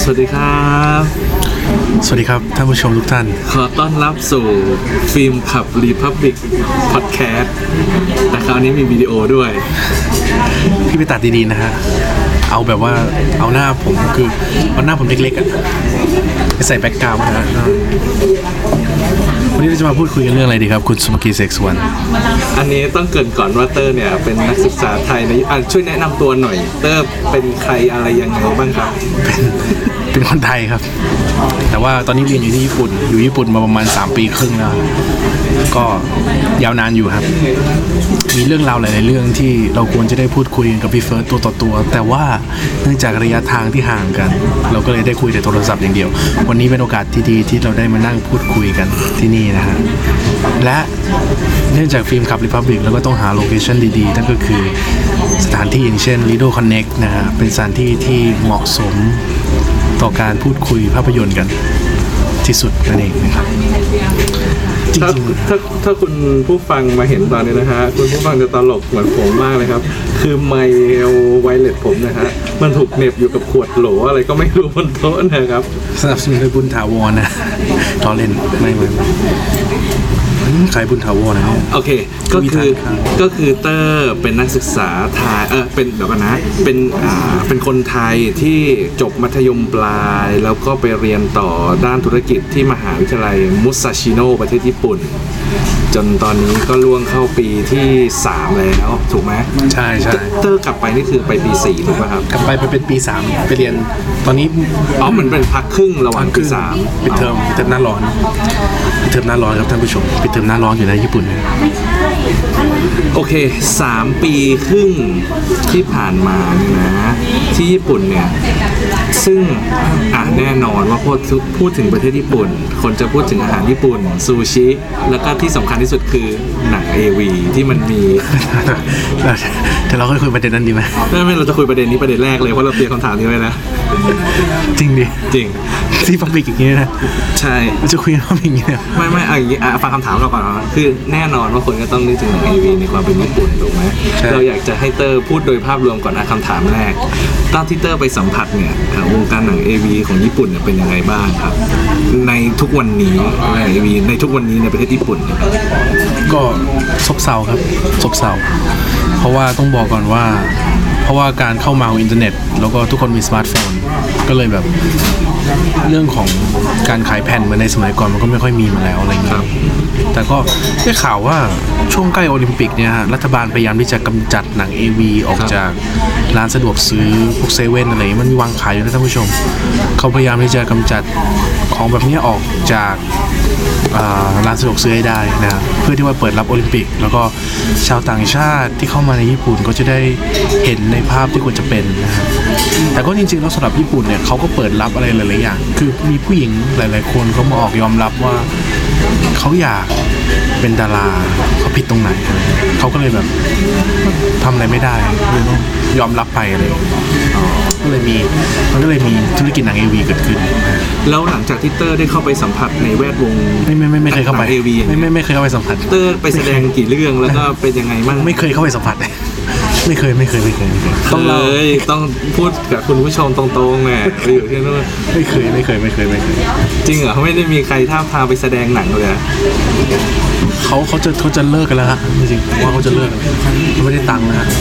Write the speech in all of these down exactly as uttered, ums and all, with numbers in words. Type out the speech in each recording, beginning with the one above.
สวัสดีครับสวัสดีครับท่านผู้ชมทุกท่านขอต้อนรับสู่ฟิล์มขับรีพับลิกพอดแคสต์แต่คราวนี้มีวิดีโอด้วยพี่ไปตัดดีๆนะฮะเอาแบบว่าเอาหน้าผมคือเอาหน้าผมเล็กๆอ่ะไปใส่แบ็คกราวด์นะฮะวันนี้เราจะมาพูดคุยกันเรื่องอะไรดีครับคุณสุภกีเสกสุวรรณอันนี้ต้องเกริ่นก่อนว่าเตอร์เนี่ยเป็นนักศึกษาไทยในอ่ะช่วยแนะนำตัวหน่อยเตอร์เป็นใครอะไรยังไงบ้างครับเป็นคนไทยครับแต่ว่าตอนนี้เรียนอยู่ที่ญี่ปุ่นอยู่ญี่ปุ่นมาประมาณสามปีครึ่งแล้วก็ยาวนานอยู่ครับมีเรื่องราวหลายๆเรื่องที่เราควรจะได้พูดคุยกับพี่เฟิร์สตัวต่อตัวแต่ว่าเนื่องจากระยะทางที่ห่างกันเราก็เลยได้คุยแต่โทรศัพท์อย่างเดียววันนี้เป็นโอกาสที่ดีที่เราได้มานั่งพูดคุยกันที่นี่นะฮะและเนื่องจากฟิล์มขับรีพับลิกแล้วก็ต้องหาโลเคชั่นดีๆนั่นก็คือสถานที่อย่างเช่น Lido Connect นะฮะเป็นสถานที่ที่เหมาะสมต่อการพูดคุยภาพยนตร์กันที่สุดนั่นเองนะครับจริงๆถ้าถ้าคุณผู้ฟังมาเห็นตอนนี้นะฮะคุณผู้ฟังจะตลกเหมือนผมมากเลยครับคือไมค์ไวเลสผมนะฮะมันถูกเหน็บอยู่กับขวดโหลอะไรก็ไม่รู้บนโต๊ะนะครับสนับสนุนโดยบุญถาวรนะล้อเล่นไม่ไม่ขายบุญถาวรนะโอเคก็คือก็คือเตอร์เป็นนักศึกษาไทยเออเป็นแบบนะเป็นอ่าเป็นคนไทยที่จบมัธยมปลายแล้วก็ไปเรียนต่อด้านธุรกิจที่มหาวิทยาลัยมุซาชิโนะประเทศญี่ปุ่นจนตอนนี้ก็ล่วงเข้าปีที่สามแล้วถูกไหมใช่ใช่เตอร์กลับไปนี่คือไปปีสี่ถูกป่ะครับกลับไปไปเป็นปีสามไปเรียนตอนนี้อ๋อเหมือนเป็นพักครึ่งระหว่างปีสามปิดเทอมปิดเทอมหน้าร้อนปิดเทอมหน้าร้อนครับท่านผู้ชมปิดเทอมหน้าร้อนอยู่ในญี่ปุ่นโอเคสามปีครึ่งที่ผ่านมาเนี่ยนะที่ญี่ปุ่นเนี่ยซึ่งอ่ะแน่นอนว่าพูดพูดถึงประเทศญี่ปุ่นคนจะพูดถึงอาหารญี่ปุ่นซูชิแล้วก็ที่สำคัญที่สุดคือหนัง เอ วี ที่มันมีแต่เราค่อยคุยประเด็นนั้นดีไหมไม่ไม่เราจะคุยประเด็นนี้ประเด็นแรกเลยเพราะเราเตรียมคำถามนี้ไว้นะจริงดิจริงที่ฟังบิกอย่างนี้นะใช่จะคุยกันอย่างนี้ไม่ไม่อ่ะฟังคำถามเราก่อนนะคือแน่นอนว่าคนก็ต้องนึกถึงหนัง เอ วี ในความเป็นญี่ปุ่นถูกไหมเราอยากจะให้เตอร์พูดโดยภาพรวมก่อนนะคำถามแรกตอนที่เตอร์ไปสัมผัสเนี่ยวงการหนัง เอ วี ของญี่ปุ่นเนี่ยเป็นยังไงบ้างครับในทุกวันนี้ใน เอ วี ในทุกวันนี้ในประเทศญี่ปุ่นก็ซบเซาครับซบเซาเพราะว่าต้องบอกก่อนว่าเพราะว่าการเข้ามาของอินเทอร์เน็ตแล้วก็ทุกคนมีสมาร์ทโฟนก็เลยแบบเรื่องของการขายแผ่นเหมือนในสมัยก่อนมันก็ไม่ค่อยมีมาแล้วอะไรเงี้ยแต่ก็ได้ข่าวว่าช่วงใกล้โอลิมปิกเนี่ยฮะรัฐบาลพยายามที่จะกำจัดหนัง เอ วี ออกจากร้านสะดวกซื้อพวกเซเว่นอะไรมันมีวางขายอยู่นะท่านผู้ชมเขาพยายามที่จะกำจัดของแบบนี้ออกจากร้านสะดวกซื้อให้ได้นะเพื่อที่ว่าเปิดรับโอลิมปิกแล้วก็ชาวต่างชาติที่เข้ามาในญี่ปุ่นก็จะได้เห็นในภาพที่ควรจะเป็นนะฮะแต่ก็จริงๆแล้วสำหรับญี่ปุ่นเนี่ยเขาก็เปิดรับอะไรหลายๆอย่างคือมีผู้หญิงหลายๆคนเขามาออกยอมรับว่าเขาอยากเป็นดาราเขาผิดตรงไหนเขาก็เลยแบบทำอะไรไม่ได้เลยต้องยอมรับไปอะไรก็เลยมีมันก็เลยมีธุรกิจหนัง เอ วี เกิดขึ้นแล้วหลังจากที่เตอร์ได้เข้าไปสัมผัสในแวดวงไม่ไม่ไม่ไม่เคยเข้าไปเอ วีไม่ไม่ไม่เคยเข้าไปสัมผัสเตอร์ไปแสดงกี่เรื่องแล้วก็เป็นยังไงบ้างไม่เคยเข้าไปสัมผัสไม่เคยไม่เคยไม่เคยไม่เคยต้องเลยต้องพูดกับคุณผู้ชมตรงๆแหละไปอยู่ที่นู่นไม่เคยไม่เคยไม่เคยไม่เคยจริงเหรอไม่ได้มีใครท้าทายไปแสดงหนังเลยเขาเขาจะเขาจะเลิกกันแล้วฮะจริงๆว่าเขาจะเลิกเขาไม่ได้ตังค์นะฮะ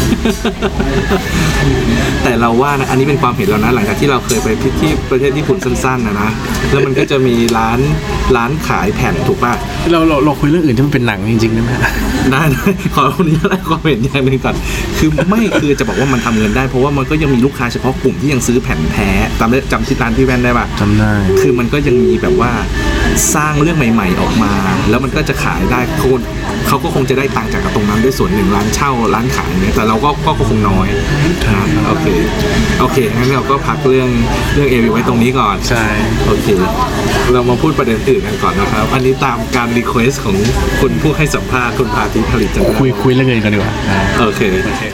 แต่เราว่านะอันนี้เป็นความเห็นเรานะหลังจากที่เราเคยไปที่ประเทศญี่ปุ่นสั้นๆนะนะแล้วมันก็จะมีร้านร้านขายแผ่นถูกป่ะเราเราเราคุยเรื่องอื่นที่มันเป็นหนังจริงๆได้ไหมได้ขอคนนี้แล้วความเห็นอย่างนึงก่อนคือไม่คือจะบอกว่ามันทำเงินได้เพราะว่ามันก็ยังมีลูกค้าเฉพาะกลุ่มที่ยังซื้อแผ่นแท้จำได้จำที่ร้านพี่แว่นได้ป่ะจำได้คือมันก็ยังมีแบบว่าสร้างเรื่องใหม่ๆออกมาแล้วมันก็จะขายได้คนเขาก็คงจะได้ตังค์จากตรงนั้นด้วยส่วนหนึ่งร้านเช่าร้านขายเนี่ยแต่เราก็ก็คงน้อยนะโอเคโอเคงั้นเราก็พักเรื่องเรื่อง เอ วี ไว้ตรงนี้ก่อนใช่โอเคเรามาพูดประเด็นอื่นกันก่อนนะครับอันนี้ตามการรีเควสของคุณผู้ให้สัมภาษณ์คุณพาธิผลิตจันทร์คุยคุยเรื่องเงินกันดีกว่าโอเคโอเค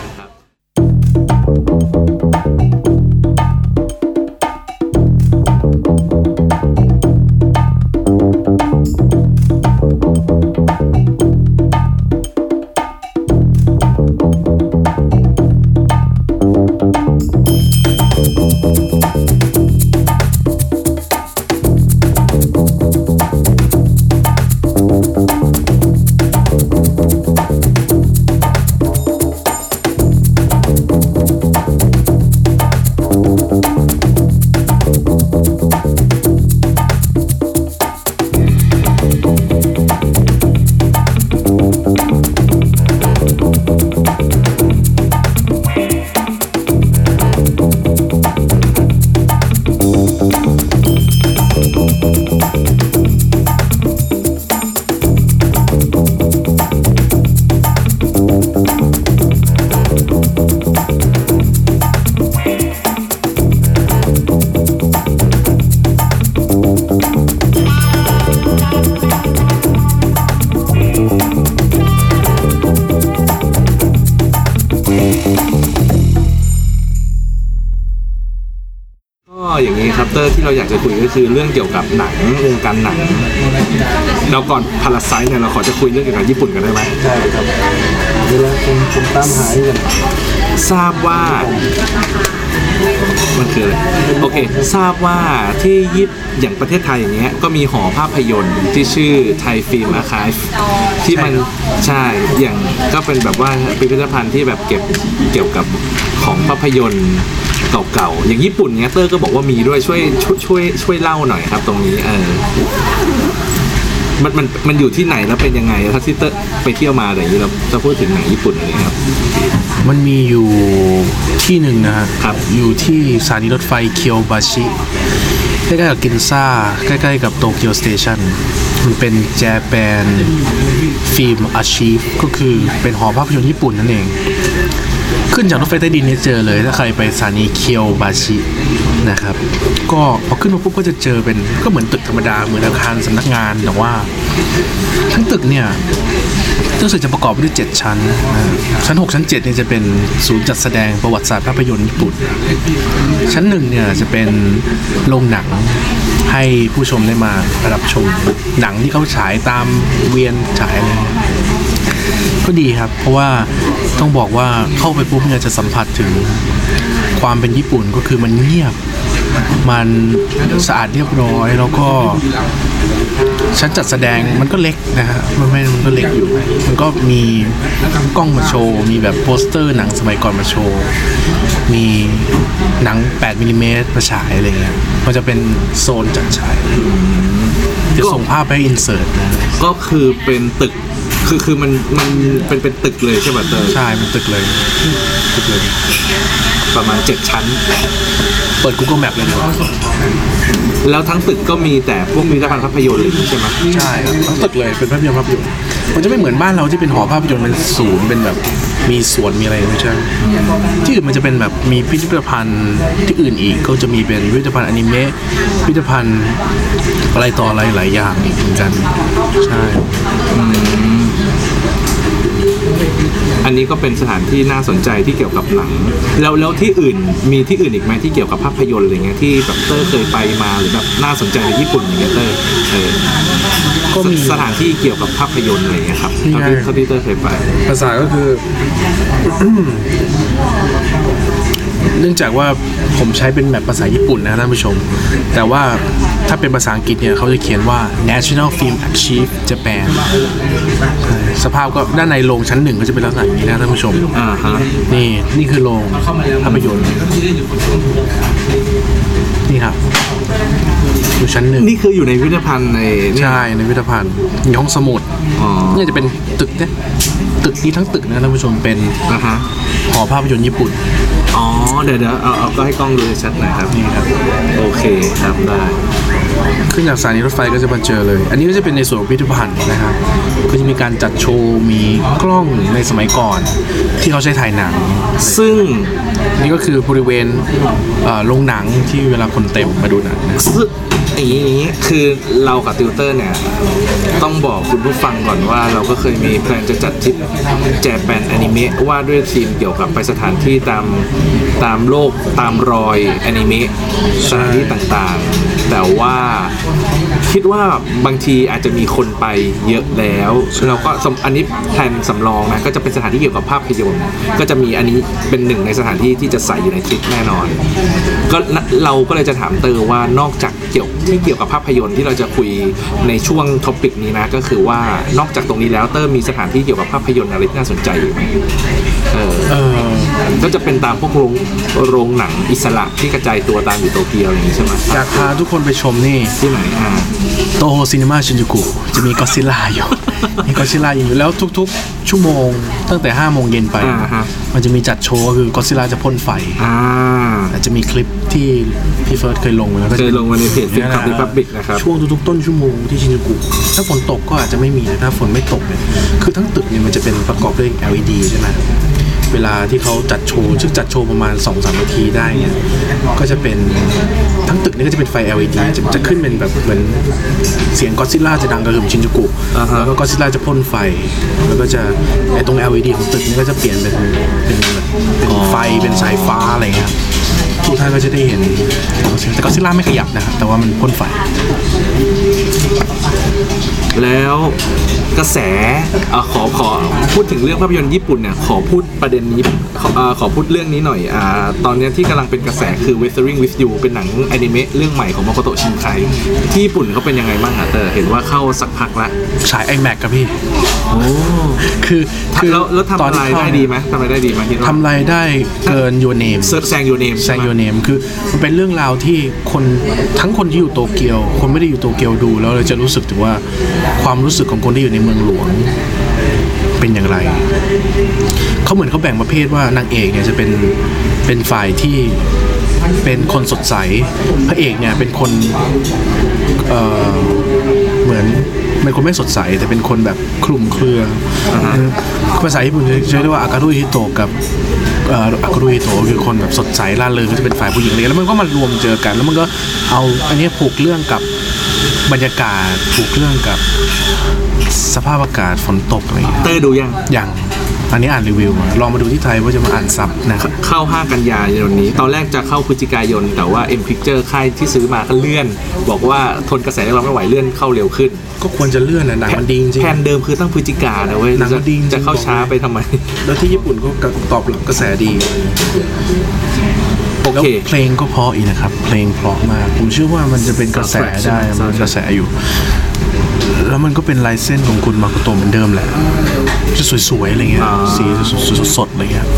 เตอร์ที่เราอยากจะคุยก็คือเรื่องเกี่ยวกับหนังวงการหนังแล้วก่อน Parasite เนี่ยเราขอจะคุยเรื่องเกี่ยวกับญี่ปุ่นกันได้ไหมใช่ครับเวลาผมผมตามหาอยู่กันทราบว่ามันคืออะไรโอเคทราบว่าที่ยิปอย่างประเทศไทยอย่างเงี้ยก็มีหอภาพยนตร์ที่ชื่อไทยฟิล์มอาร์ไคฟ์ที่มันใช่อย่างก็เป็นแบบว่าพิพิธภัณฑ์ที่แบบเก็บเกี่ยวกับของภาพยนตร์เก่าๆอย่างญี่ปุ่นเนี้ยเตอร์ก็บอกว่ามีด้วยช่วยช่วยช่วยช่วยเล่าหน่อยครับตรงนี้เออมันมันมันอยู่ที่ไหนแล้วเป็นยังไงถ้าที่เตอร์ไปเที่ยวมาอะไรอย่างนี้เราจะพูดถึงหนังญี่ปุ่นอะไรครับมันมีอยู่ที่หนึ่งนะฮะครับอยู่ที่สถานีรถไฟเคียวบาชิใกล้ๆกับกินซ่าใกล้ๆกับโตเกียวสเตชันมันเป็นแจแปนฟิล์มอาชีพก็คือเป็นหอภาพยนตร์ญี่ปุ่นนั่นเองขึ้นจากรถไฟใต้ดินนี่เจอเลยถ้าใครไปสถานีเคียวบาชินะครับก็พอขึ้นมาปุ๊บก็จะเจอเป็นก็เหมือนตึกธรรมดาเหมือนอาคารสำนักงานแต่ว่าทั้งตึกเนี่ยรู้สึกจะประกอบไปด้วยเจ็ดชั้นชั้นหกชั้นเจ็ดเนี่ยจะเป็นศูนย์จัดแสดงประวัติศาสตร์ภาพยนตร์ญี่ปุ่นชั้นหนึ่งเนี่ยจะเป็นโรงหนังให้ผู้ชมได้มารับชมหนังที่เขาฉายตามเวียนฉายอะไรก็ดีครับเพราะว่าต้องบอกว่าเข้าไปปุ๊บเนี่ยจะสัมผัสถึงความเป็นญี่ปุ่นก็คือมันเงียบมันสะอาดเรียบร้อยแล้วก็ชั้นจัดแสดงมันก็เล็กนะฮะมันไม่มันก็เล็กอยู่มันก็มีกล้องมาโชว์มีแบบโปสเตอร์หนังสมัยก่อนมาโชว์มีหนังแปดมิลลิเมตรมาฉายอะไรเงี้ยมันจะเป็นโซนจัดฉายจะส่งภาพไปอินเสิร์ตนะก็คือเป็นตึกคือคือมันมันเป็นเป็นตึกเลยใช่ไหมเตอร์ใช่มันตึกเลยตึกเลยประมาณเจ็ดชั้นเปิด Google Map เลยดีกว่าแล้วทั้งตึกก็มีแต่พวกพิพิธภัณฑ์ภาพยนตร์เลยใช่ไหมใช่ครับทั้งตึกเลยเป็นภาพยนตร์ภาพยนตร์มันจะไม่เหมือนบ้านเราที่เป็นหอภาพยนตร์เป็นศูนย์เป็นแบบมีสวนมีอะไรไม่ใช่ที่อื่นมันจะเป็นแบบมีพิพิธภัณฑ์ที่อื่นอีกก็จะมีเป็นพิพิธภัณฑ์อนิเมะพิพิธภัณฑ์อะไรต่ออะไรหลายอย่างอีกเหมือนกันใช่อันนี้ก็เป็นสถานที่น่าสนใจที่เกี่ยวกับหนังแล้วแล้วที่อื่นมีที่อื่นอีกไหมที่เกี่ยวกับภาพยนตร์อะไรเงี้ยที่แบบเตอร์เคยไปมาหรือแบบน่าสนใจในญี่ปุ่นอย่างเงี้ยเตอร์เออก็มีสถานที่เกี่ยวกับภาพยนตร์อะไรเงี้ยครับเท่าที่เท่าที่เตอร์เคยไปภาษาก็คือ เนื่องจากว่าผมใช้เป็นแบบภาษาญี่ปุ่นนะท่านผู้ชมแต่ว่าถ้าเป็นภาษาอังกฤษเนี่ยเขาจะเขียนว่า National Film Archive Japan สภาพก็ด้านในโรงชั้นหนึ่งก็จะเป็นลักษณะอย่างนี้นะท่านผู้ชมอ่าฮะนี่นี่คือโรงภาพยนตร์นี่ครับอยู่ชั้นหนึ่งนี่คืออยู่ในพิพิธภัณฑ์ในใช่ในพิพิธภัณฑ์มีห้องสมุดนี่จะเป็นตึกเนี่ยตึกนี้ทั้งตึกนะท่านผู้ชมเป็นนะฮะหอภาพยนตร์ญี่ปุ่นอ๋อเดี๋ยวเดี๋ยวเอาเอาก็ให้กล้องดูชัดหน่อยครับนี่ครับโอเคครับได้ขึ้นจากสถานีรถไฟก็จะมาเจอเลยอันนี้ก็จะเป็นในส่วนของพิพิธภัณฑ์นะครับก็จะมีการจัดโชว์มีกล้องในสมัยก่อนที่เขาใช้ถ่ายหนังซึ่งนี่ก็คือบริเวณโรงหนังที่เวลาคนเต็มมาดูหนังนะอย่างนี้คือเรากับติวเตอร์เนี่ยต้องบอกคุณผู้ฟังก่อนว่าเราก็เคยมีแพลนจะจัดทริปแจแปนอนิเมะว่าด้วยธีมเกี่ยวกับไปสถานที่ตามตามโลกตามรอยอนิเมะสถานที่ต่างๆแต่ว่าคิดว่าบางทีอาจจะมีคนไปเยอะแล้วเราก็อันนี้แพลนสำรองนะก็จะเป็นสถานที่เกี่ยวกับภาพยนตร์ก็จะมีอันนี้เป็นหนึ่งในสถานที่ที่จะใส่อยู่ในทริปแน่นอนก็เราก็เลยจะถามเตอร์ว่านอกจากเกี่ยวที่เกี่ยวกับภาพยนตร์ที่เราจะคุยในช่วงท็อปิกนี้นะก็คือว่านอกจากตรงนี้แล้วเตอร์มีสถานที่เกี่ยวกับภาพยนตร์อะไรที่น่าสนใจอยู่ไหมเออเออก็จะเป็นตามพวกโรงโรงหนังอิสระที่กระจายตัวตามอยู่โตเกียวอย่างนี้ใช่ไหมอยากพาทุกคนไปชมนี่ที่ไหนอ่าโตโฮซินิมะชินจูกุจะมีก็อดซิลล่าอยู่มีก็อดซิลล่าอยู่แล้วทุกๆชั่วโมงตั้งแต่ห้าโมงเย็นไปมันจะมีจัดโชว์ก็คือก็อดซิลล่าจะพ่นไฟอ่าอาจจะมีคลิปที่พี่เฟิร์สเคยลงแล้วก็เคยลงมาในเพจฟิล์มคับริพับบิกนะครับช่วงทุกๆต้นชั่วโมงที่ชินจูกุถ้าฝนตกก็อาจจะไม่มีถ้าฝนไม่ตกเนี่ยคือทั้งตึกเนี่ยมันจะเป็นประกอบด้วย แอล อี ดี ใช่ไหมเวลาที่เขาจัดโชว์ซึ่งจัดโชว์ประมาณ สองถึงสาม นาทีได้เนี่ยก็จะเป็นทั้งตึกนี่ก็จะเป็นไฟ แอล อี ดี จะจะขึ้นเป็นแบบเหมือนเสียงก็อดซิลล่าจะดังกระหึ่มชินจูกุแล้วก็ก็อดซิลล่าจะพ่นไฟแล้วก็จะไอ้ตรง แอล อี ดี ของตึกนี่ก็จะเปลี่ยนเป็นเป็นเป็นไฟเป็นสายฟ้าอะไรเงี้ยที่ทุกท่านก็จะได้เห็นแต่ก็ซิล่าไม่ขยับนะครับแต่ว่ามันพ่นไฟแล้วกระแสอ่ะขอขอพูดถึงเรื่องภาพยนตร์ญี่ปุ่นเนี่ยขอพูดประเด็นนี้ขออ่าขอพูดเรื่องนี้หน่อยอ่าตอนนี้ที่กำลังเป็นกระแสคือ Weathering with You เป็นหนังอนิเมะเรื่องใหม่ของมาโคโตะชินไคที่ญี่ปุ่นเขาเป็นยังไงบ้างอ่ะแต่เห็นว่าเข้าสักพักละฉาย iMac ครับพี่โอ้คือคือแล้วแล้วทำรายได้ดีไหมทำรายได้ดีไหมคิดว่าทำรายได้เกิน Your Name แซง Your Name แซง Your Name คือมันเป็นเรื่องราวที่คนทั้งคนที่อยู่โตเกียวคนไม่ได้อยู่โตเกียวดูแล้วเราจะรู้สึกถึงว่าความรู้สึกของคนที่อยู่ในเมืองหลวงเป็นอย่างไรเขาเหมือนเขาแบ่งประเภทว่านางเอกเนี่ยจะเป็นเป็นฝ่ายที่เป็นคนสดใสพระเอกเนี่ยเป็นคนเอ่อเหมือนเป็นคนไม่สดใสแต่เป็นคนแบบคลุมเครือภาษาญี่ปุ่นจะเรียกว่าอาการุฮิโตะกับเอ่ออาการุฮิโตะคือคนแบบสดใสร่าเริงก็จะเป็นฝ่ายผู้หญิงเลยแล้วมันก็มารวมเจอกันแล้วมันก็เอาอันนี้ผูกเรื่องกับบรรยากาศผูกเรื่องกับสภาพอากาศฝนตกอะไรอย่างเงี้ยเต้ดูยังยังอันนี้อ่านรีวิวมาลองมาดูที่ไทยว่าจะมาอ่านซับนะครับเข้าห้ากันยายนนี้ตอนแรกจะเข้าพฤศจิกายนแต่ว่า M Picture ค่ายที่ซื้อมาก็เลื่อนบอกว่าทนกระแสเราไม่ไหวเลื่อนเข้าเร็วขึ้นก็ควรจะเลื่อนนะหนังมันดีจริงแผนเดิมคือตั้งพฤศจิกานะเว้ยหนังมันดีจะเข้าช้าไปทำไมแล้วที่ญี่ปุ่นก็ตอบรับกระแสดีโอเคเพลงก็เพราะอีกนะครับเพลงเพราะมากผมเชื่อว่ามันจะเป็นกระแสได้มันกระแสอยู่แล้วมันก็เป็นลายเส้นของคุณมาโคโตะเหมือนเดิมแหละจะสวยๆอะไรเงี้ยสีสดๆอะไรเงี้ย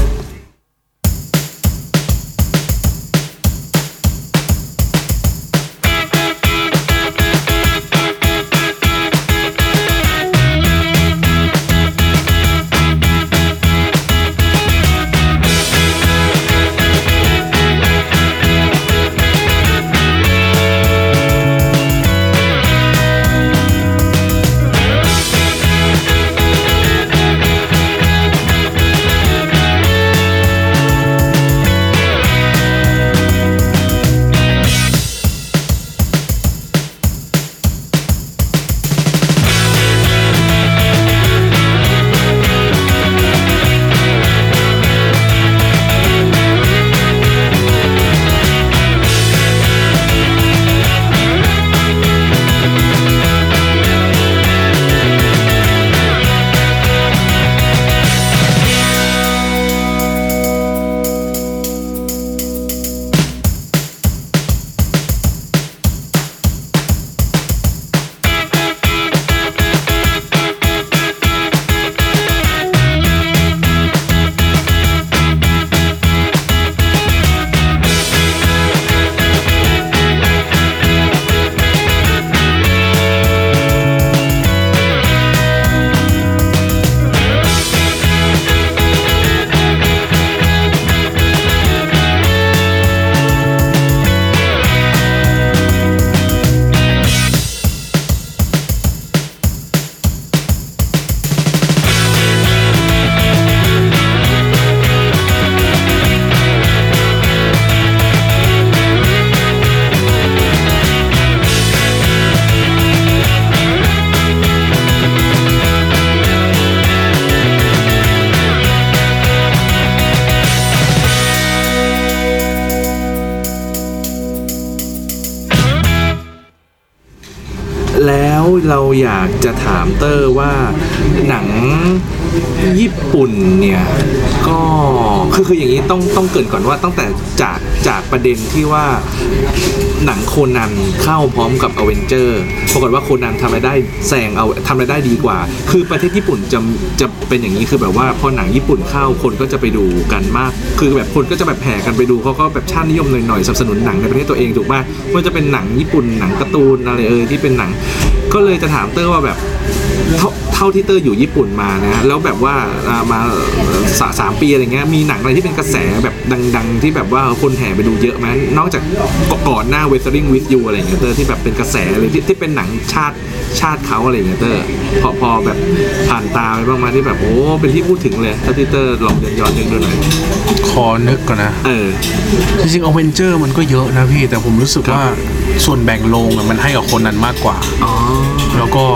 แล้วเราอยากจะถามเตอร์ว่าหนังญี่ปุ่นเนี่ยก็คือคืออย่างนี้ต้องต้องเกริ่นก่อนว่าตั้งแต่จากจากประเด็นที่ว่าหนังโคนันเข้าพร้อมกับอเวนเจอร์ปรากฏว่าโคนันทำรายได้แซงเอาทำรายได้ดีกว่าคือประเทศญี่ปุ่นจะจะเป็นอย่างนี้คือแบบว่าพอหนังญี่ปุ่นเข้าคนก็จะไปดูกันมากคือแบบคนก็จะแบบแห่กันไปดูเขาก็แบบชาตินิยมหน่อยๆสนับสนุนหนังในประเทศตัวเองถูกป่ะว่าจะเป็นหนังญี่ปุ่นหนังการ์ตูนอะไรเอ่ยที่เป็นหนังก็เลยจะถามเตอร์ว่าแบบเท่าเท่าที่เตอร์อยู่ญี่ปุ่นมานะแล้วแบบว่ามาสามปีอะไรเงี้ยมีหนังอะไรที่เป็นกระแสแบบดังๆที่แบบว่าคนแห่ไปดูเยอะไหมนอกจากก่อนหน้า Weathering with You อะไรเงี้ยเตอร์ที่แบบเป็นกระแสเลยที่ที่เป็นหนังชาติชาติเขาอะไรเงี้ยเตอร์พอพอแบบผ่านตาไปบ้างมาที่แบบโอ้เป็นที่พูดถึงเลยถ้าที่เตอร์ลองย้อนๆนึกดูหน่อยขอนึกก่อนนะเออจริงๆ Avenger มันก็เยอะนะพี่แต่ผมรู้สึกว่าส่วนแบ่งโรงมันให้กับคนนั้นมากกว่าแล้วก็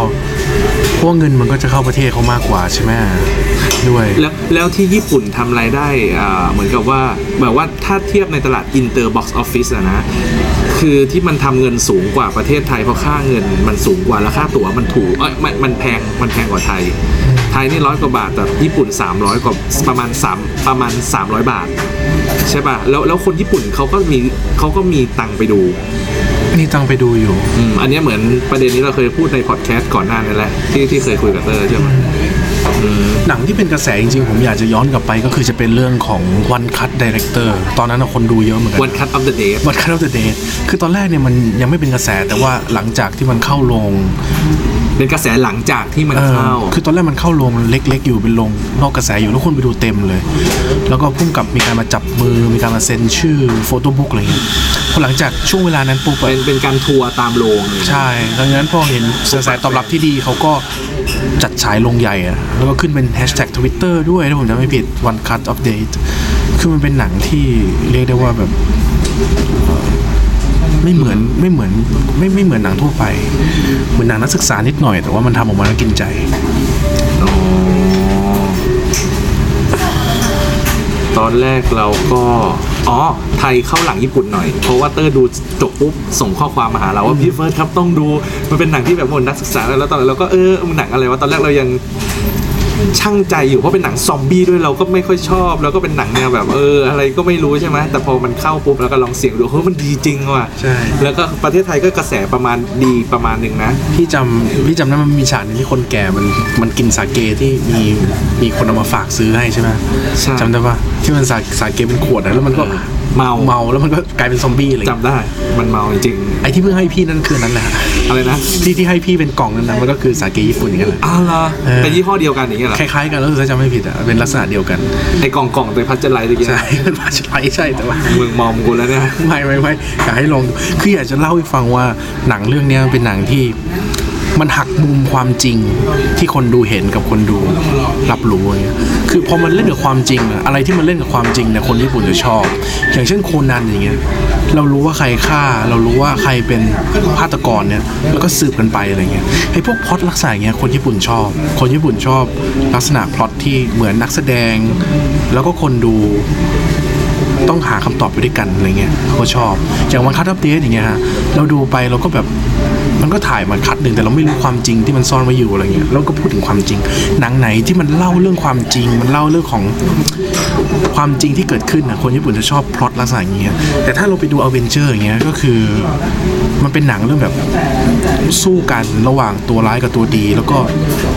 เพราะว่าเงินมันก็จะเข้าประเทศเขามากกว่าใช่ไหมด้วยแล้วแล้วที่ญี่ปุ่นทำรายได้อ่าเหมือนกับว่าแบบว่าถ้าเทียบในตลาดอินเตอร์บ็อกซ์ออฟฟิศอะนะคือที่มันทำเงินสูงกว่าประเทศไทยเพราะค่าเงินมันสูงกว่าแล้วค่าตั๋วมันถูกเอ้ยมันมันแพงมันแพงกว่าไทยไทยนี่ร้อยกว่าบาทแต่ญี่ปุ่นสามร้อยกว่าประมาณ3ประมาณสามร้อยบาทใช่ป่ะแล้วแล้วคนญี่ปุ่นเขาก็มีเขาก็มีตังค์ไปดูนี่ตังไปดูอยู่อืมอันนี้เหมือนประเด็นนี้เราเคยพูดในพอดแคสต์ก่อนหน้านี้แหละที่ที่เคยคุยกับเตอร์ใช่ไหมหนังที่เป็นกระแสจริงๆผมอยากจะย้อนกลับไปก็คือจะเป็นเรื่องของ One Cut Director ตอนนั้นคนดูเยอะเหมือนกัน One Cut of the Day One Cut of the Day คือตอนแรกเนี่ยมันยังไม่เป็นกระแสแต่ว่าหลังจากที่มันเข้าโรงเป็นกระแสหลังจากที่มันเข้าคือตอนแรกมันเข้าโรงเล็กๆอยู่เป็นโรงนอกกระแสอยู่แล้วคนไปดูเต็มเลยแล้วก็พุ่งกับมีการมาจับมือมีการมาเซ็นชื่อโฟโต้บุ๊กอะไรอย่างเงี้ยพอหลังจากช่วงเวลานั้นปุ๊บเป็นเป็นการทัวร์ตามโรงใช่ดังนั้นพอเห็นกระแสตอบรับที่ดีเขาก็จัดฉายโรงใหญ่อะแล้วก็ขึ้นเป็นแฮชแท็กทวิตเตอร์ด้วยถ้าผมจำไม่ผิด One Cut of Date คือมันเป็นหนังที่เรียกได้ว่าแบบไม่เหมือนไม่เหมือนไม่ไม่เหมือนหนังทั่วไปเหมือนหนังนักศึกษานิดหน่อยแต่ว่ามันทำออกมาแล้วกินใจอ๋อตอนแรกเราก็อ๋อไทยเข้าหลังญี่ปุ่นหน่อยเพราะว่าเตอร์ดูจบปุ๊บส่งข้อความมาหาเราว่าพี่เฟิร์สครับต้องดูมันเป็นหนังที่แบบเหมือนนักศึกษาแล้วตอนนั้นเราก็เออหนังอะไรวะตอนแรกเรายังช่างใจอยู่เพราะเป็นหนังซอมบี้ด้วยเราก็ไม่ค่อยชอบแล้วก็เป็นหนังแนวแบบเอออะไรก็ไม่รู้ใช่ไหมแต่พอมันเข้าปุ๊บแล้วก็ลองเสียงดูเฮ้ยมันดีจริงว่ะใช่แล้วก็ประเทศไทยก็กระแสประมาณดีประมาณนึงนะพี่จำพี่จำได้มันมีฉากนึงที่คนแก่มันมันกินสาเกที่มีมีคนเอามาฝากซื้อให้ใช่ไหมจำได้ปะที่มันสาสาเกเป็นขวดแล้วมันก็เมาเมาแล้วมันก็กลายเป็นซอมบี้เลยจำได้มันเมาจริงไอ้ที่เพิ่งให้พี่นั่นคือนั้นแหละอะไรนะที่ที่ให้พี่เป็นกล่องนั้นนะมันก็คือสาเกญี่ปุ่นอย่างเงี้ยแหละอ้าวเหรอเป็นยี่ห้อเดียวกันอย่างเงี้ยเหรอคล้ายๆกันแล้วถ้าจำไม่ผิดอ่ะเป็นลักษณะเดียวกันไอ้กล่องกล่องตัวพัชเจอร์ไลท์ตะกี้ใช่พัชเจอร์ไลท์ใช่แต่ว่ามึงมอมกูแล้วเนี่ยไม่ไม่ไม่อยากให้ลองคืออยากจะเล่าให้ฟังว่าหนังเรื่องนี้เป็นหนังที่มันหักมุมความจริงที่คนดูเห็นกับคนดูรับรู้อย่างเงี้ยคือพอมันเล่นกับความจริงอะอะไรที่มันเล่นกับความจริงเนี่ยคนญี่ปุ่นจะชอบอย่างเช่นโคนันอย่างเงี้ยเรารู้ว่าใครฆ่าเรารู้ว่าใครเป็นฆาตกรเนี่ยแล้วก็สืบกันไปอะไรเงี้ยไอ้พวกพล็อตลักษณะเงี้ยคนญี่ปุ่นชอบคนญี่ปุ่นชอบลักษณะพล็อตที่เหมือนนักแสดงแล้วก็คนดูต้องหาคำตอบไปด้วยกันอะไรเงี้ยเขาชอบอย่างวันคัทอัปเดตอย่างเงี้ยฮะเราดูไปเราก็แบบมันก็ถ่ายมาคัดหนึ่งแต่เราไม่รู้ความจริงที่มันซ่อนไว้อยู่อะไรเงี้ยเราก็พูดถึงความจริงหนังไหนที่มันเล่าเรื่องความจริงมันเล่าเรื่องของความจริงที่เกิดขึ้นนะคนญี่ปุ่นจะชอบพล็อตลักษณะอย่างเงี้ยแต่ถ้าเราไปดูอเวนเจอร์อย่างเงี้ยก็คือมันเป็นหนังเรื่องแบบสู้กันระหว่างตัวร้ายกับตัวดีแล้วก็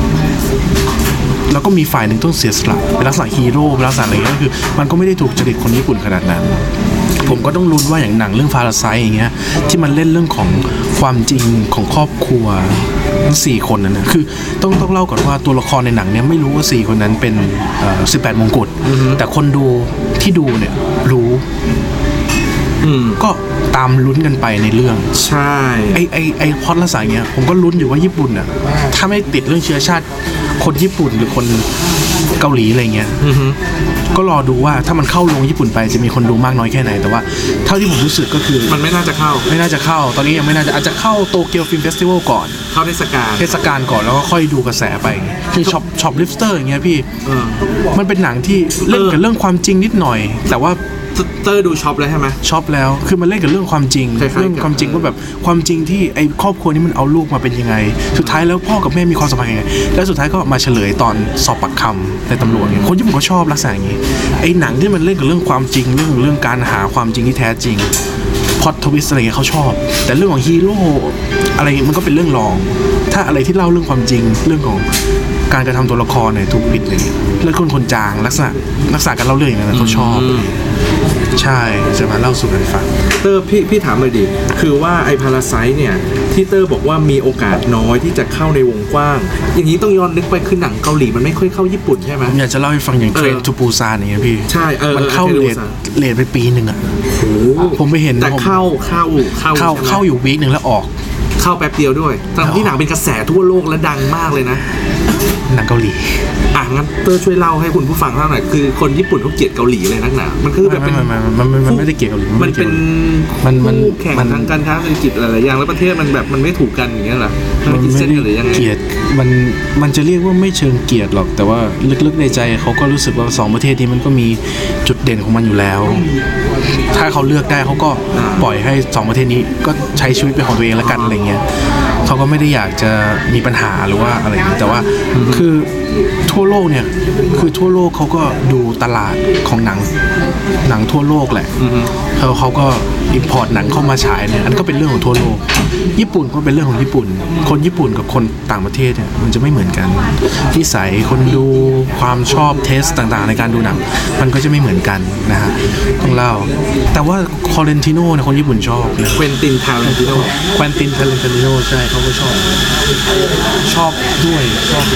แล้วก็มีฝ่ายหนึ่งต้องเสียสละเป็นลักษณะฮีโร่เป็นลักษณะอะไรก็คือมันก็ไม่ได้ถูกจริตคนญี่ปุ่นขนาดนั้นผมก็ต้องลุ้นว่าอย่างหนังเรื่องฟาราไซต์อย่างเงี้ยที่มันเล่นเรื่องของความจริงของครอบครัวทั้งสี่คนนั้นนะคือต้องต้องเล่าก่อนว่าตัวละครในหนังเนี้ยไม่รู้ว่าสี่คนนั้นเป็นเอ่อสิบแปดมงกุฎแต่คนดูที่ดูเนี่ยรู้ก็ตามลุ้นกันไปในเรื่องใช่ไอไอไอพล็อตลักษณะเงี้ยผมก็ลุ้นอยู่ว่าญี่ปุ่นอ่ะถ้าไม่ติดเรื่องเชื้อชาติคนญี่ปุ่นหรือคนเกาหลีอะไรเงี้ยก็รอดูว่าถ้ามันเข้าโรงญี่ปุ่นไปจะมีคนดูมากน้อยแค่ไหนแต่ว่าเท่าที่ผมรู้สึกก็คือมันไม่น่าจะเข้าไม่น่าจะเข้าตอนนี้ยังไม่น่าจะอาจจะเข้าโตเกียวฟิล์มเฟสติวัลก่อนเข้าเทศกาลเทศกาลก่อนแล้วก็ค่อยดูกระแสไปคือช็อปช็อปลิฟเตอร์อย่างเงี้ยพี่มันเป็นหนังที่เล่นกับเรื่องความจริงนิดหน่อยแต่ว่าเตอร์ดูช็อปแล้วใช่ไหมช็อปแล้วคือมันเล่นกับเรื่องความจริงเรื่องความจริงว่าแบบความจริงที่ไอ้ครอบครัวนี้มันเอาลูกมาเป็นยังไงสุดท้ายแล้วพ่อกับแม่มีความสัมพันธ์ยังไงแล้วสุดท้ายก็มาเฉลยตอนสอบปากคำในตำรวจเนี่ยคนญี่ปุ่นก็ชอบลักษณะอย่างนี้ไอ้หนังที่มันเล่นกับเรื่องความจริงเรื่องเรื่องการหาความจริงที่แท้จริงพล็อตทวิสต์อะไรเงี้ยเขาชอบแต่เรื่องของฮีโร่อะไรมันก็เป็นเรื่องรองถ้าอะไรที่เล่าเรื่องความจริงเรื่องของการกระทำตัวละครเนี่ยถูกปิดเลยเรื่องคนคนจางลักษณะลักษณะการเล่าเรื่องอย่างนั้นเขาชอบใช่จะมาเล่าสู่กันฟังเตอร์พี่พี่ถามเลยดิคือว่าไอ้พาราไซต์เนี่ยที่เตอร์บอกว่ามีโอกาสน้อยที่จะเข้าในวงกว้างอย่างนี้ต้องย้อนนึกไปคือหนังเกาหลีมันไม่ค่อยเข้าญี่ปุ่นใช่ไหมอยากจะเล่าให้ฟังอย่างเทรนทูปูซานอย่างเงี้ยพี่ใช่เออมันเข้าเลทเลทไปปีหนึ่งอ่ะผมไปเห็นแต่เข้าเข้าเข้าเข้าเข้าอยู่วีคหนึ่งแล้วออกเข้าแป๊บเดียวด้วยทั้งที่หนังเป็นกระแสทั่วโลกและดังมากเลยนะหนังเกาหลีอ่ะงั้นเตอร์ช่วยเล่าให้คุณผู้ฟังเล่าหน่อยคือคนญี่ปุ่นเขาเกลียดเกาหลีเลยนักหนามันคือแบบเป็นมันมันไม่ได้เกลียดเกาหลีมันเป็นมันมันแข่งทางการค้าเศรษฐกิจหลายๆอย่างแล้วประเทศมันแบบมันไม่ถูกกันอย่างเงี้ยเหรอมันคิดเส้นกันหรือยังไงเกลียดมันมันจะเรียกว่าไม่เชิงเกลียดหรอกแต่ว่าลึกๆในใจเขาก็รู้สึกว่าสองประเทศนี้มันก็มีจุดเด่นของมันอยู่แล้วถ้าเขาเลือกได้เขาก็ปล่อยให้สองประเทศนี้ก็ใช้ชีวิตเป็นของตัวเองแล้วกันอะไรเงี้ยเขาก็ไม่ได้อยากจะมีปัญหาหรือว่าอะไรแต่ว่าคือทั่วโลกเนี่ยคือทั่วโลกเขาก็ดูตลาดของหนังหนังทั่วโลกแหละเขาเขาก็อิมพอร์ตหนังเข้ามาฉายเนี่ยอันก็เป็นเรื่องของทั่วโลกญี่ปุ่นก็เป็นเรื่องของญี่ปุ่นคนญี่ปุ่นกับคนต่างประเทศเนี่ยมันจะไม่เหมือนกันนิสัยคนดูความชอบเทสต่างๆในการดูหนังมันก็จะไม่เหมือนกันนะฮะต้องเล่าแต่ว่าคอเรนติโน่เนี่ยคนญี่ปุ่นชอบนะเควินตินทารันติโน่เควินตินทารันติโน่ใช่เขาก็ชอบชอบด้วยชอบ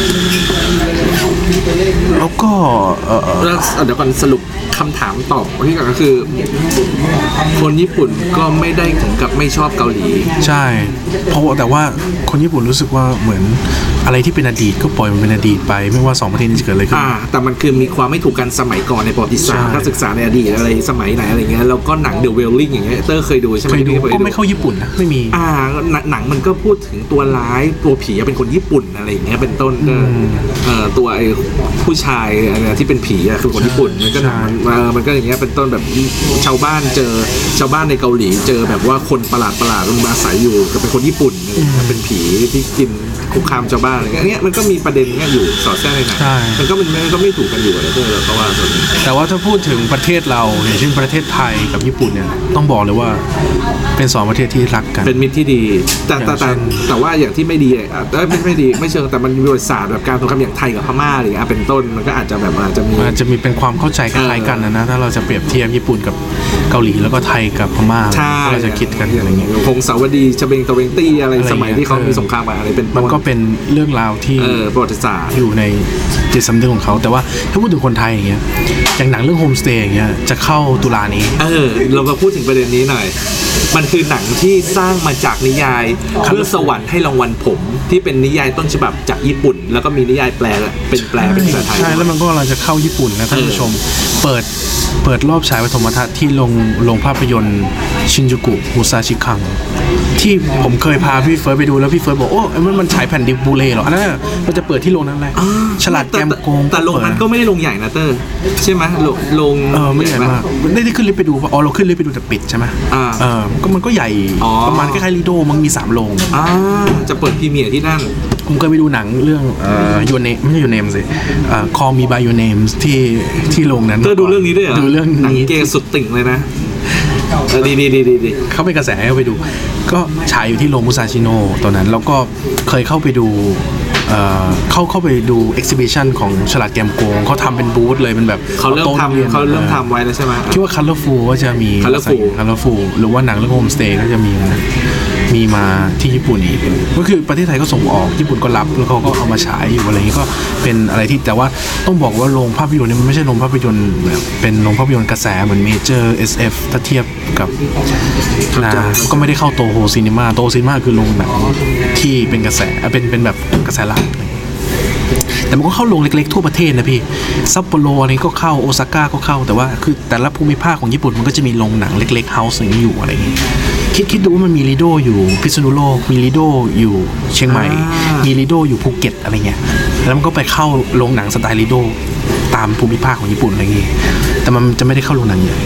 แล้วก็เออเดี๋ยวก่อนสรุปคำถามตอบที่ก็คือคนญี่ปุ่นก็ไม่ได้ถึงกับไม่ชอบเกาหลีใช่เพราะแต่ว่าคนญี่ปุ่นรู้สึกว่าเหมือนอะไรที่เป็นอดีตก็ปล่อยมันเป็นอดีตไปไม่ว่าสองประเทศนี้จะเกิดอะไรขึ้นอ่าแต่มันคือมีความไม่ถูกกันสมัยก่อนในประวัติศาสตร์การศึกษาในอดีตอะไรสมัยไหนอะไรเงี้ยแล้วก็หนัง The Wailing อย่างเงี้ยเตอร์เคยดูใช่ไหมเคยดูก็ไม่เข้าญี่ปุ่นนะไม่มีอ่าหนังมันก็พูดถึงตัวร้ายตัวผีเป็นคนญี่ปุ่นอะไรอย่างเงี้ยเป็นต้นก็เอ่อตัวไอ้ผู้ชายอะไรที่เป็นผีอ่ะคือคนญี่ปุ่นมันก็หนังมันก็อย่างเงี้ยเป็นต้นแบบชาวบ้านเจอชาวบ้านในเกาหลีเจอแบบว่าคนประหลาดประหลาดมันมาอาศัยอยู่ก็เป็นคนญี่ปุ่นเป็นผีที่กินคุกคามชาวบ้านอะไรเงี้ยมันก็มีประเด็นเงี้ยอยู่สอดแทรกในหนังมันก็มันก็ไม่ถูกกันอยู่อะไรด้วยเพราะว่าแต่ว่าถ้าพูดถึงประเทศเราอย่างเช่นประเทศไทยกับญี่ปุ่นเนี่ยต้องบอกเลยว่าเป็นสองประเทศที่รักกันเป็นมิตรที่ดีแต่แต่แต่แต่ว่าอย่างที่ไม่ดีอ่ะไม่ไม่ดีไม่เชิงแต่มันมีบริษัทแบบการสงครามอย่างไทยกับพม่าอะไรเงี้ยเป็นต้นมันก็อาจจะแบบอาจจะมีอาจจะมีเป็นความเข้าใจคล้ายๆกันนะนะถ้าเราจะเปรียบเทียบญี่ปุ่นกับเกาหลีแล้วก็ไทยกับพม่าเราจะคิดกันอะไรเงี้ยพงศาวดีชเบงตะเวงตี้อะไรสมัยที่เขามีสงครามอะไรเป็นมันก็เป็นเรื่องราวที่ประวัติศาสตร์อยู่ในจิตสำนึกของเขาแต่ว่าถ้าพูดถึงคนไทยอย่างเงี้ยอย่างหนังเรื่องโฮมสเตย์อย่างเงี้ยจะเข้าตุลานี้เออเรามาพูดถึงประเด็นนี้หน่อยมันคือหนังที่สร้างมาจากนิยายเพื่อสวรรค์ให้รางวัลผมที่เป็นนิยายต้นฉบับจากญี่ปุ่นแล้วก็มีนิยายแปลเป็นแปลเป็นภาษาไทยใช่แล้วมันก็กำลังจะเข้าญี่ปุ่นนะท่านผู้ชมเปิดเปิดรอบฉายปฐมทัศน์ที่โรงโรงภาพยนตร์ชินจูกุมุซาชิคังที่ผมเคยพาพี่เฟิร์สไปดูแล้วพี่เฟิร์สบอกโอ้มันมันฉายแผ่นดิบบูเลหรออันนั้นมันจะเปิดที่โรงนั้นแหละฉลาดแกมโกงแต่โรงนั้นก็ไม่ได้โรงใหญ่นะเตอร์ใช่ไหมโรงเออไม่ใหญ่มากได้ได้ขึ้นลิฟต์ไปดูป่ะอ๋อเราขึ้นลิฟต์ไปดูแต่ปิดใช่ไหมอ่าเออก็มันก็ใหญ่ประมาณคล้ายๆลีโดมันมีสามโรงอ่าจะเปิดพรีเมียร์ที่นั่นผมเคยไปดูหนังเรื่องเอ่อ Your Name ไม่ใช่ Your Name สิเอ่อ Call Me by Your Name ที่ที่โรงนั้นเตอร์ดูเรื่องนี้ด้วยเหรอดูเรื่องหนังเกย์สุดติ่งเลยนะดีดีดีดีดีเขาเป็นกระแสให้ไปดูก็ฉายอยู่ที่โรงมุซาชิโนะตอนนั้นแล้วก็เคยเข้าไปดูเอ่อเข้าเข้าไปดู exhibition ของฉลาดแกมโกงเขาทำเป็นบูธเลยเป็นแบบเขาเริ่มทำเขาเริ่มทำไว้แล้วใช่ไหมคิดว่า Colorful ก็จะมี Colorful Colorful หรือว่าหนังเรื่อง Homestay ก็จะมีมีมาที่ญี่ปุ่นอีกก็คือประเทศไทยก็ส่งออกญี่ปุ่นก็รับแล้วเขาก็เอามาฉายอยู่อะไรอย่างนี้ก็เป็นอะไรที่แต่ว่าต้องบอกว่าโรงภาพยนตร์นี่มันไม่ใช่โรงภาพยนตร์แบบเป็นโรงภาพยนตร์กระแสเหมือนเมเจอร์ เอส เอฟ ถ้าเทียบกับนะก็ไม่ได้เข้าโตโฮซีนีมาโตซีนีมาคือโรงหนังที่เป็นกระแสเป็นเป็นแบบกระแสหลักแต่มันก็เข้าโรงเล็กๆทั่วประเทศนะพี่ซัปโปโรอะไรก็เข้าโอซาก้าก็เข้าแต่ว่าคือแต่ละภูมิภาคของญี่ปุ่นมันก็จะมีโรงหนังเล็กๆเฮาส์อย่างนี้อยู่อะไรอย่างนี้คิดคิดดูว่ามันมีลีโดอยู่พิษณุโลกมีลีโดอยู่เชียงใหม่มีลีโดอยู่ภูเก็ตอะไรเงี้ยแล้วมันก็ไปเข้าโรงหนังสไตล์ลีโดตามภูมิภาคของญี่ปุ่นอะไรอย่างนี้แต่มันจะไม่ได้เข้าโรงหนังใหญ่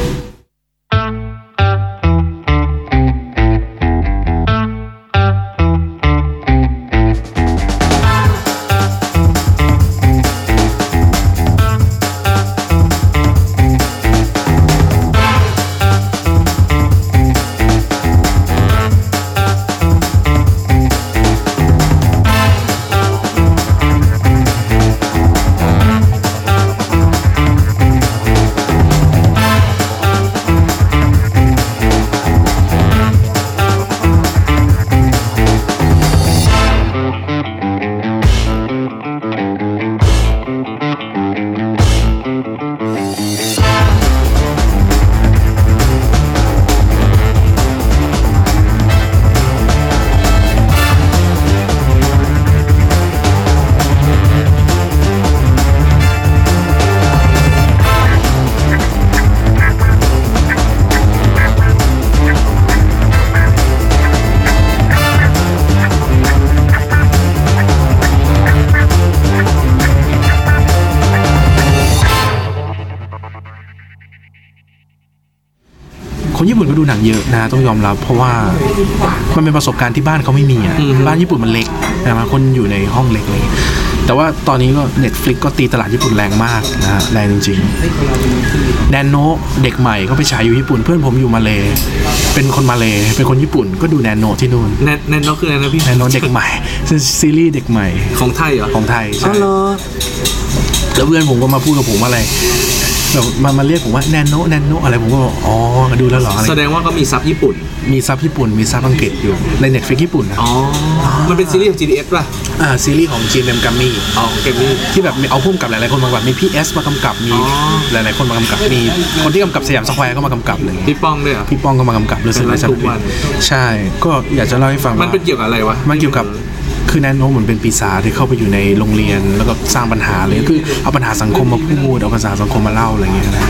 คนญี่ปุ่นก็ดูหนังเยอะนะต้องยอมรับเพราะว่ามันเป็นประสบการณ์ที่บ้านเขาไม่มีอ่ะบ้านญี่ปุ่นมันเล็กนะคนอยู่ในห้องเล็กเลยแต่ว่าตอนนี้ก็ Netflix ก็ตีตลาดญี่ปุ่นแรงมากนะฮะแรงจริงๆแนนโนเด็กใหม่ก็ไปฉายอยู่ญี่ปุ่นเพื่อนผมอยู่มาเลเป็นคนมาเลเป็นคนญี่ปุ่นก็ดูแนนโนที่นู่นแนนแนนโนคืออะไรนะพี่แนนโนเด็กใหม่ซีรีส์เด็กใหม่ของไทยเหรอของไทยใช่แล้วเพื่อนผมก็มาพูดกับผมอะไรแบบมามาเรียกผมว่าแนนโนแนนโนอะไรผมก็บอกอ๋อดูแล้วเหรอแสดงว่าก็มีซับญี่ปุ่นมีซับญี่ปุ่นมีซับอังกฤษอยู่ใน Netflix ญี่ปุ่นนะอ๋อมันเป็นซีรีส์ของ จี ดี เอส ป่ะอ่าซีรีส์ของ จี เอ็ม Gummy อ๋อ Gummy ที่แบบเอาพุ่มกับหลายๆคนมากำกับมีพี่ เอส มากำกับมีหลายๆคนมากำกับมีคนที่กำกับสยามสแควร์ก็มากำกับเลยพี่ป้องด้วยเหรอพี่ป้องก็มากำกับเลยเป็นทุกวันใช่ก็อยากจะเล่าให้ฟังมันเป็นเกี่ยวกับอะไรวะมันเกี่ยวกับคือแนนโนเหมือนเป็นปีศาจที่เข้าไปอยู่ในโรงเรียนแล้วก็สร้างปัญหาเลยคือเอาปัญหาสังคมมาพูดเอาปัญหาสังคมมาเล่าอะไรอย่างเงี้ยนะ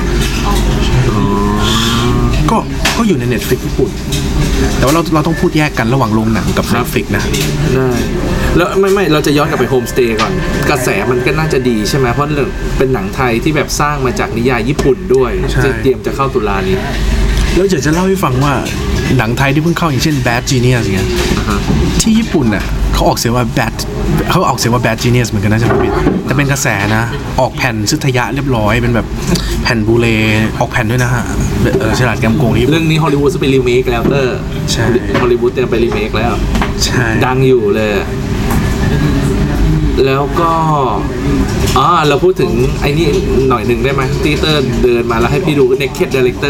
ก็ก็อยู่ใน Netflix ญี่ปุ่นแต่ว่าเราเราต้องพูดแยกกันระหว่างโรงหนังกับ Netflix นะได้แล้วไม่ไม่เราจะย้อนกลับไปโฮมสเตย์ก่อนกระแสมันก็น่าจะดีใช่ไหมเพราะเรื่องเป็นหนังไทยที่แบบสร้างมาจากนิยายญี่ปุ่นด้วยจะเตรียมจะเข้าตุลานี้แล้วอยากจะเล่าให้ฟังว่าหนังไทยที่เพิ่งเข้าอย่างเช่น Bad Genius อย่างเงี้ยที่ญี่ปุ่นน่ะเขาออกเสียงว่า Bad เขาออกเสียงว่า Bad Genius เหมือนกันนะใช่ไหมพี่แต่เป็นกระแสนะออกแผ่นซึทยะเรียบร้อยเป็นแบบแผ่นบูเลออกแผ่นด้วยนะฮะฉลาดแกมโกงเรื่องนี้ฮอลลีวูดจะไปรีเมคแล้วเตอร์ใช่ฮอลลีวูดจะไปรีเมคแล้วใช่ดังอยู่เลยแล้วก็อ๋อเราพูดถึงไอ้นี่หน่อยหนึ่งได้ไหมที่เตอร์เดินมาแล้วให้พี่ดู Naked Director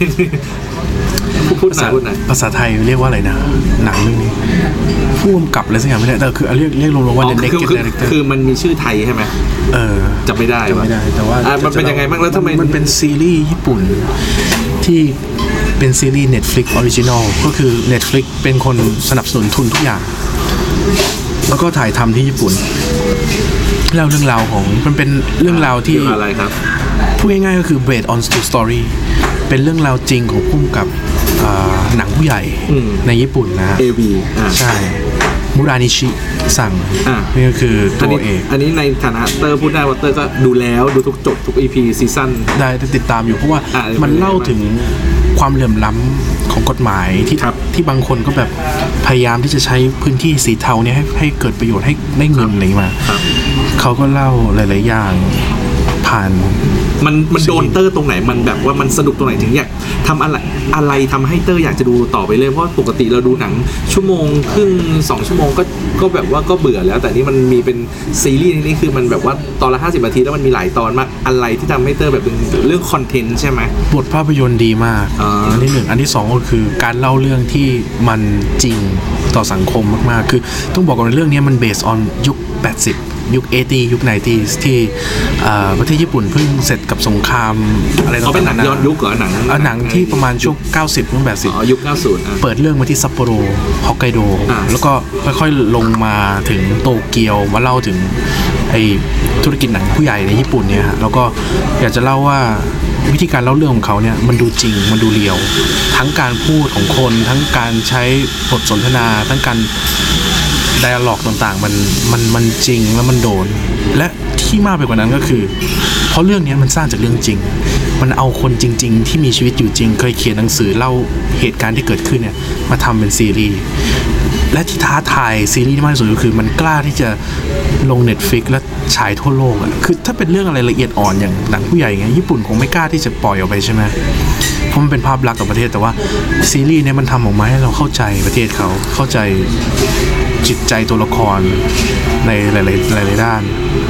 พูดหน่อยพูดหน่อยภาษาไทยเรียกว่าอะไรนะหนังเรื่องนี้ผู้กำกับอะไรสักอย่างไม่ได้แต่คือเรียกเรียกรวมๆว่า Naked Director คือมันมีชื่อไทยใช่ไหมเออจำไม่ได้จำไม่ได้แต่ว่ามันเป็นยังไงบ้างแล้วทำไมมันเป็นซีรีส์ญี่ปุ่นที่เป็นซีรีส์ Netflix Original ก็คือ Netflix เป็นคนสนับสนุนทุนทุกอย่างแล้วก็ถ่ายทำที่ญี่ปุ่นเล่าเรื่องราวของมันเป็นเรื่องราวที่อะไรครับพูดง่ายๆก็คือ based on true story เป็นเรื่องราวจริงของผู้กำกับหนังผู้ใหญ่ในญี่ปุ่นนะเอ วีใช่มุรานิชิสั่งนี่ก็คือตัวเอกอันนี้ในฐานะเตอร์พูดได้ว่าเตอร์ก็ดูแล้วดูทุกจบทุก อี พี ซีซั่นได้ติดตามอยู่เพราะว่ามันเล่าถึงความเหลื่อมล้ำของกฎหมายที่ที่บางคนก็แบบพยายามที่จะใช้พื้นที่สีเทาเนี่ยให้ให้เกิดประโยชน์ให้ได้เงินอะไรมาเขาก็เล่าหลายๆอย่างผ่านมันมันโดนเตอร์ตรงไหนมันแบบว่ามันสนุกตรงไหนถึงอยากทำอะไรอะไรทำให้เตอร์อยากจะดูต่อไปเลยเพราะปกติเราดูหนังชั่วโมงครึ่งสองชั่วโมงก็ก็แบบว่าก็เบื่อแล้วแต่นี่มันมีเป็นซีรีส์นี่คือมันแบบว่าตอนละห้าสิบนาทีแล้วมันมีหลายตอนมากอะไรที่ทำให้เตอร์แบบเป็นเรื่องคอนเทนต์ใช่ไหมบทภาพยนตร์ดีมากอันที่หนึ่งอันที่สองก็คือการเล่าเรื่องที่มันจริงต่อสังคมมากๆคือต้องบอกก่อนในเรื่องนี้มันเบสออนยุคแปดสิบยุคเอตี้ยุคไนตี้ที่ประเทศญี่ปุ่นเพิ่งเสร็จกับสงครามอะไรต่างๆเขาเป็นหนังย้อนยุคเหรอหนังหนังที่ประมาณช่วงเก้าสิบถึงแปดสิบอ๋อยุคเก้าสิบเปิดเรื่องมาที่ซัปโปโรฮอกไกโดแล้วก็ค่อยๆลงมาถึงโตเกียวมาเล่าถึงไอ้ธุรกิจหนังผู้ใหญ่ในญี่ปุ่นเนี่ยแล้วก็อยากจะเล่าว่าวิธีการเล่าเรื่องของเขาเนี่ยมันดูจริงมันดูเรียวทั้งการพูดของคนทั้งการใช้บทสนทนาทั้งการไดอะล็อกต่างๆมันมันมันจริงแล้วมันโดนและที่มากไปกว่านั้นก็คือเพราะเรื่องนี้มันสร้างจากเรื่องจริงมันเอาคนจริงๆที่มีชีวิตอยู่จริงเคยเขียนหนังสือเล่าเหตุการณ์ที่เกิดขึ้นเนี่ยมาทำเป็นซีรีส์และที่ท้าทายซีรีส์ที่มากที่สุดก็คือมันกล้าที่จะลง Netflix และฉายทั่วโลกอ่ะคือถ้าเป็นเรื่องอะไรละเอียดอ่อนอย่างหนังผู้ใหญ่อย่างเงี้ยญี่ปุ่นคงไม่กล้าที่จะปล่อยออกไปใช่ไหมเพราะมันเป็นภาพลักษณ์ของประเทศแต่ว่าซีรีส์เนี่ยมันทำออกมาให้เราเข้าใจประเทศเขาเข้าใจจิตใจตัวละครในหลายๆหลายๆด้าน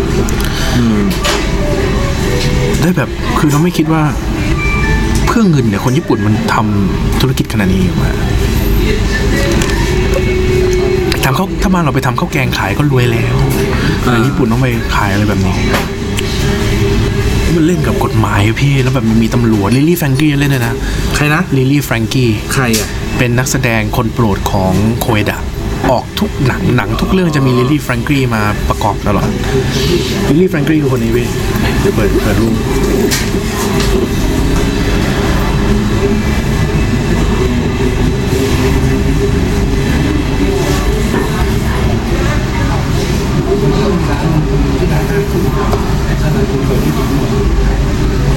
ได้แบบคือเราไม่คิดว่าเพื่อเงินเนี่ยคนญี่ปุ่นมันทำธุรกิจขนาดนี้ออกมาทำเขาถ้ามาเราไปทำข้าวแกงขายก็รวยแล้วญี่ปุ่นต้องไปขายอะไรแบบนี้มันเล่นกับกฎหมายพี่แล้วแบบมันมีตำรวจลิลลี่แฟรงกี้เล่นด้วยนะใครนะลิลลี่แฟรงกี้ใครอ่ะเป็นนักแสดงคนโปรดของโคเอดะออกทุกหนังหนังทุกเรื่องจะมีลิลลี่แฟรงกี้มาประกอบตลอดลิลลี่แฟรงกี้คือคนนี้พี่เดี๋ยวเปิดเปิดรูป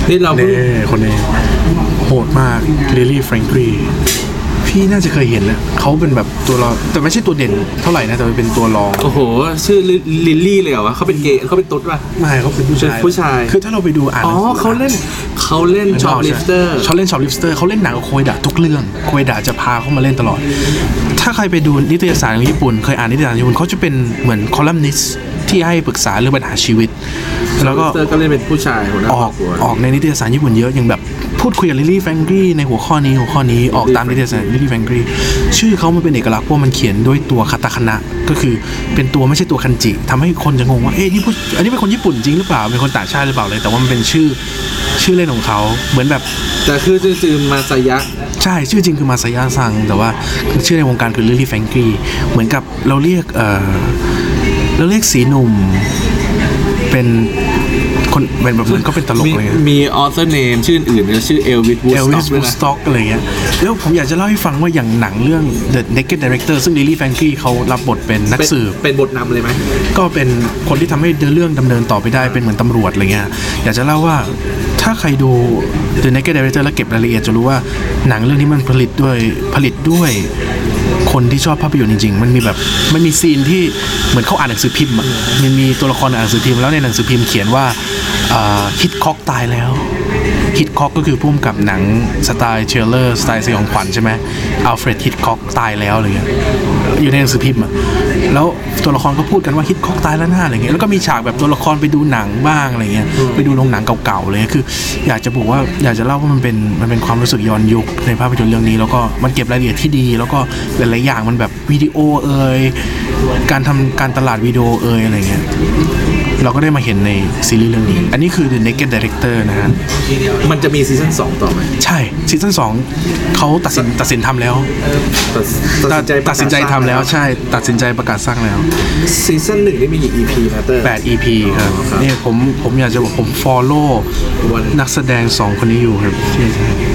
นี่เราเน่คนนี้โหดมากลิลลี่แฟรงกีพี่น่าจะเคยเห็นนะเขาเป็นแบบตัวรองแต่ไม่ใช่ตัวเด่นเท่าไหร่นะแต่เป็นตัวรองโอ้โหชื่อลิลลี่เลยเหรอวะเขาเป็นเกย์เขาเป็นตุ๊ดป่ะไม่เขาเป็นผู้ชายผู้ชายคือถ้าเราไปดูอ่านอ๋อเขาเล่นเขาเล่นช็อปลิฟเตอร์เขาเล่นช็อปลิฟเตอร์เขาเล่นหนังกับโคยดะทุกเรื่องโคยดะจะพาเขามาเล่นตลอดถ้าใครไปดูนิตยสารของญี่ปุ่นเคยอ่านนิตยสารญี่ปุ่นเขาจะเป็นเหมือนคอลัมนิสต์ที่ให้ปรึกษาเรื่องปัญหาชีวิตแล้วก็ก็เล่นเป็นผู้ชายออกออกในนิตยสารญี่ปุ่นเยอะอย่างแบบพูดคุยกับลิลลี่แฟรงกี้ในหัวข้อนี้หัวข้อนี้ออกตามนิตยสารลิลลี่แฟรงกี้ชื่อเขามันเป็นเอกลักษณ์เพราะมันเขียนด้วยตัวคาตาคานะก็คือเป็นตัวไม่ใช่ตัวคันจิทำให้คนจะงงว่าเอ๊ะนี่พูดอันนี้เป็นคนญี่ปุ่นจริงหรือเปล่าเป็นคนต่างชาติหรือเปล่าเลยแต่ว่ามันเป็นชื่อชื่อเล่นของเขาเหมือนแบบแต่คือชื่อมาซายะใช่ชื่อจริงคือมาซายะซังแต่ว่าชื่อในวงการคือลิลลี่แฟรงกี้เหมือนกับเราเรียกเอ่อเราเรียกสีหนุ่มเป็นคนเป็นแบบเหมือนก็เป็นตลกเลยมีออเทอร์เนมชื่ออื่นก็ชื่อเอลวิสวูดสต็อกอะไรเงี้ยแล้วผมอยากจะเล่าให้ฟังว่าอย่างหนังเรื่อง The Naked Director ซึ่งลิลลี่แฟรงกี้เขารับบทเป็นนักสืบเป็นบทนำเลยไหมก็เป็นคนที่ทำให้เรื่องดำเนินต่อไปได้เป็นเหมือนตำรวจอะไรเงี้ยอยากจะเล่าว่าถ้าใครดู The Naked Director แล้วเก็บรายละเอียดจะรู้ว่าหนังเรื่องนี้มันผลิตด้วยผลิตด้วยคนที่ชอบภาพยนตร์จริงๆมันมีแบบมันมีซีนที่เหมือนเขาอ่านหนังสือพิมพ์อ่ะมันมีตัวละครอ่านหนังสือพิมพ์แล้วในหนังสือพิมพ์เขียนว่าฮิตค็อกตายแล้วฮิตค็อกก็คือผู้กำกับหนังสไตล์เชลเลอร์สไตล์สยองขวัญใช่ไหมอัลเฟรดฮิตค็อกตายแล้วอะไรเงี้ยอยู่ในหนังสือพิมพ์อ่ะแล้วตัวละครก็พูดกันว่าฮิตค็อกตายแล้วหน้าอะไรเงี้ยแล้วก็มีฉากแบบตัวละครไปดูหนังบ้างอะไรเงี้ยไปดูโรงหนังเก่าๆเลยคืออยากจะบอกว่าอยากจะเล่าว่ามันเป็นมันเป็นความรู้สึกย้อนยุคในภาพยนตร์เรื่องนี้แล้วก็มันเก็บรายละเอียดที่ดีแล้วก็หลายๆอย่างมันแบบวิดีโอเอ่ยการทำการตลาดวิดีโอเอ่ยอะไรเงี้ยเราก็ได้มาเห็นในซีรีส์เรื่องนี้อันนี้คือ The Naked Director นะฮะมันจะมีซีซั่นสองต่อไหมใช่ซีซั่นสองเขาตัดสินตัดสินทำแล้วตัดสินใจทำแล้วใช่ตัดสินใจประกาศสร้างแล้วซีซั่นหนึ่งนี่มีกี่ อี พี นะเตอร์แปด อี พี ครับนี่ผมผมอยากจะบอกผม follow นักแสดงสองคนนี้อยู่ครับที่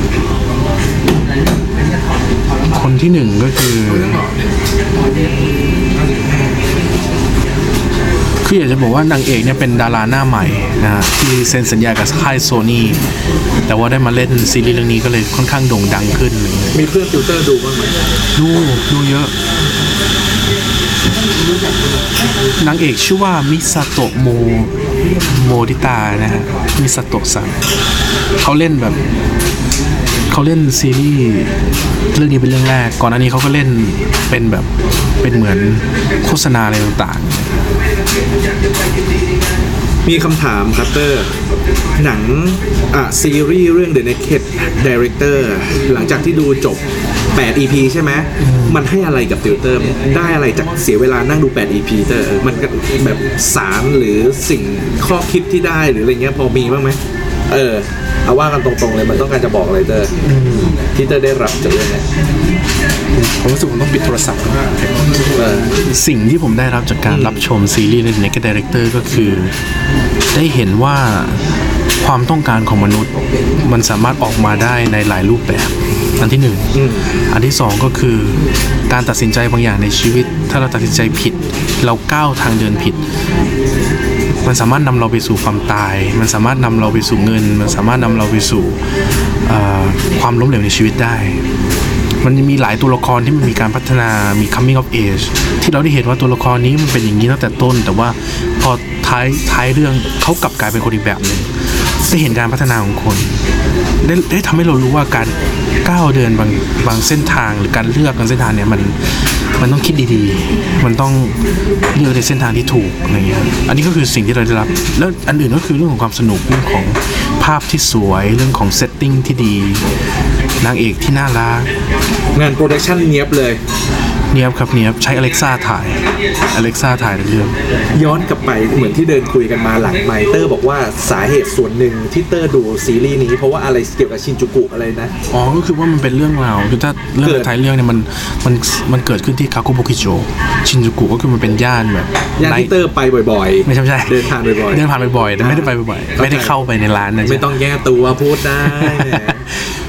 คนที่หนึ่งก็คือคืออยากจะบอกว่านางเอกเนี่ยเป็นดาราหน้าใหม่นะฮะที่เซ็นสัญญากับค่ายโซนี่แต่ว่าได้มาเล่นซีรีส์เรื่องนี้ก็เลยค่อนข้างโด่งดังขึ้นมีเพื่อนติวเตอร์ดูบ้างไหมดูดูเยอะนางเอกชื่อว่ามิซาโตะโมโมริตานะฮะมิซาโตะซังเขาเล่นแบบเขาเล่นซีรีส์เรื่องนี้เป็นเรื่องแรกก่อนหน้านี้เขาก็เล่นเป็นแบบเป็นเหมือนโฆษณาอะไรต่างๆมีคำถามครับเตอร์หนังอ่ะซีรีส์เรื่อง The Naked Director หลังจากที่ดูจบแปด อี พี ใช่ไหมมันให้อะไรกับติวเตอร์ได้อะไรจากเสียเวลานั่งดูแปด อี พี เตอร์มันแบบสารหรือสิ่งข้อคิดที่ได้หรืออะไรเงี้ยพอมีบ้างไหมเออเอาว่ากันตรงๆเลยมันต้องการจะบอกอะไรเตอร์ที่เตอร์ได้รับจากเรื่องนี้ผมรู้สึกผมต้องปิดโทรศัพท์สิ่งที่ผมได้รับจากการรับชมซีรีส์ The Naked Director ก็คือได้เห็นว่าความต้องการของมนุษย์มันสามารถออกมาได้ในหลายรูปแบบอันที่หนึ่งอันที่สองก็คือการตัดสินใจบางอย่างในชีวิตถ้าเราตัดสินใจผิดเราก้าวทางเดินผิดมันสามารถนำเราไปสู่ความตายมันสามารถนำเราไปสู่เงินมันสามารถนำเราไปสู่ความล้มเหลวในชีวิตได้มันมีหลายตัวละครที่มันมีการพัฒนามี coming of age ที่เราได้เห็นว่าตัวละครนี้มันเป็นอย่างนี้ตั้งแต่ต้นแต่ว่าพอท้ายท้ายเรื่องเขากลับกลายเป็นคนอีกแบบนึงได้เห็นการพัฒนาของคนได้ได้ทำให้เรารู้ว่าการก้าวเดินบางบางเส้นทางหรือการเลือกบางเส้นทางเนี่ยมันมันต้องคิดดีๆมันต้องเลือกในเส้นทางที่ถูกอะไรเงี้ยอันนี้ก็คือสิ่งที่เราได้รับแล้วอันอื่นก็คือเรื่องของความสนุกเรื่องของภาพที่สวยเรื่องของเซตติ้งที่ดีนางเอกที่น่ารักงานโปรดักชั่นเนียบเลยเนียบครับเนียบใช้ Alexa ถ่าย Alexa ถ่ายเรื่องย้อนกลับไปเหมือนที่เดินคุยกันมาหลังไมเตอร์บอกว่าสาเหตุส่วนหนึ่งที่เตอร์ดูซีรีส์นี้เพราะว่าอะไรเกี่ยวกับชินจูกุอะไรนะอ๋อก็คือว่ามันเป็นเรื่องราวคือถ้าเรื่องท้ายเรื่องเนี่ยมันมันมันเกิดขึ้นที่คาคุโบกิโจชินจูกุก็คือมันเป็นย่านแบบย่านที่เตอร์ไปบ่อยๆไม่ใช่ไม่ใช่เดินผ่านบ่อยๆเดินผ่านบ่อยๆแต่ไม่ได้ไปบ่อยๆไม่ได้เข้าไปในร้านนะไม่ต้องแก้ตัวพูดได้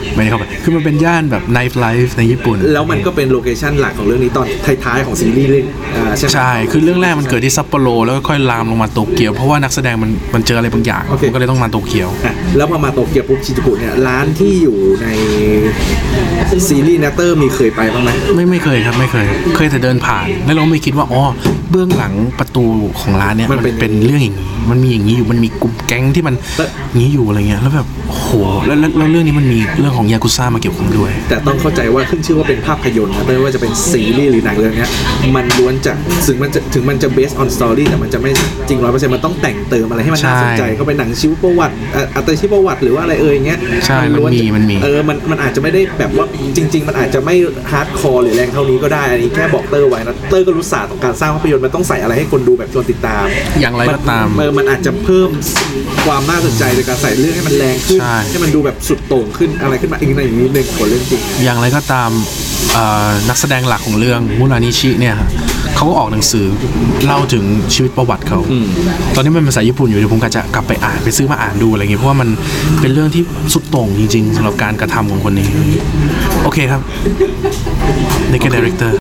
ไม่ได้เข้าไปคือมันเป็นย่านแบบไนท์ไลฟ์ในญี่ปุ่นแล้วมันก็เป็นโลเคชั่นหลักของเรื่องนี้ตอนท้ายๆของซีรีส์เรื่องใช่ไหมใช่คือเรื่องแรกมันเกิดที่ซัปโปโรแล้วก็ค่อยลามลงมาโตเกียวเพราะว่านักแสดงมันมันเจออะไรบางอย่างมันก็เลยต้องมาโตเกียวแล้วพอมาโตเกียวปุ๊บชินจูกุเนี่ยร้านที่อยู่ในซีรีส์เนเตอร์มีเคยไปบ้างไหมไม่ไม่เคยครับไม่เคยเคยแต่เดินผ่านแล้วเราไม่คิดว่าอ๋อเบื้องหลังประตูของร้านเนี่ยมันเป็นเรื่องอย่างนี้มันมีอย่างนี้อยู่มันมีกลุ่มแก๊งที่มันนี้อยู่อะไรเงี้ยแล้วแบบโหแล้วแล้วเรื่องนี้มันมีเรื่องของยากุซ่ามาเกี่ยวข้องด้วยแต่ต้องเข้าใจว่าขึ้นชื่อว่าเป็นภาพยนตร์นะไม่ว่าจะเป็นซีรีส์หรือหนังเรื่องนี้มันล้วนจากถึงมันจะถึงมันจะ based on story แต่มันจะไม่จริง ร้อยเปอร์เซ็นต์ มันต้องแต่งเติมอะไรให้มันน่าสนใจเข้าไปหนังชีวประวัติอัตชีวประวัติหรือว่าอะไรเอ่ยเงี้ยใช่มันมีมันมีเออมันมันอาจจะไม่ได้แบบว่าจริงๆมันอาจจะไม่ฮาร์ดคอร์หรือแรงเท่านี้ก็ได้อันนี้แค่บอกเตอร์ไว้นะเตอร์ก็รู้ศาสตร์ของการสร้างภาพยนตร์มันต้องใส่อะไรให้คนดูแบบชวนติดตามอย่างไรก็ตามเออมันอาจจะเพิ่มความน่าสนใจในการใส่เรื่องให้มันแรงขึ้นให้มันดูแบบสุดโต่งขึ้นอะไรขึ้นมาอีกในอย่างนี้หนึ่งกว่าเรื่องจริงอย่างไรก็ตามนักแสดงหลักของเรื่องมุรานิชิเนี่ยเขาก็ออกหนังสือเล่าถึงชีวิตประวัติเขาตอนนี้มันเป็นภาษาญี่ปุ่นอยู่เดี๋ยวผมก็จะกลับไปอ่านไปซื้อมาอ่านดูอะไรเงี้ยเพราะว่ามันเป็นเรื่องที่สุดโต่งจริงๆสำหรับการกระทำของคนนี้โอเคครับ Naked Director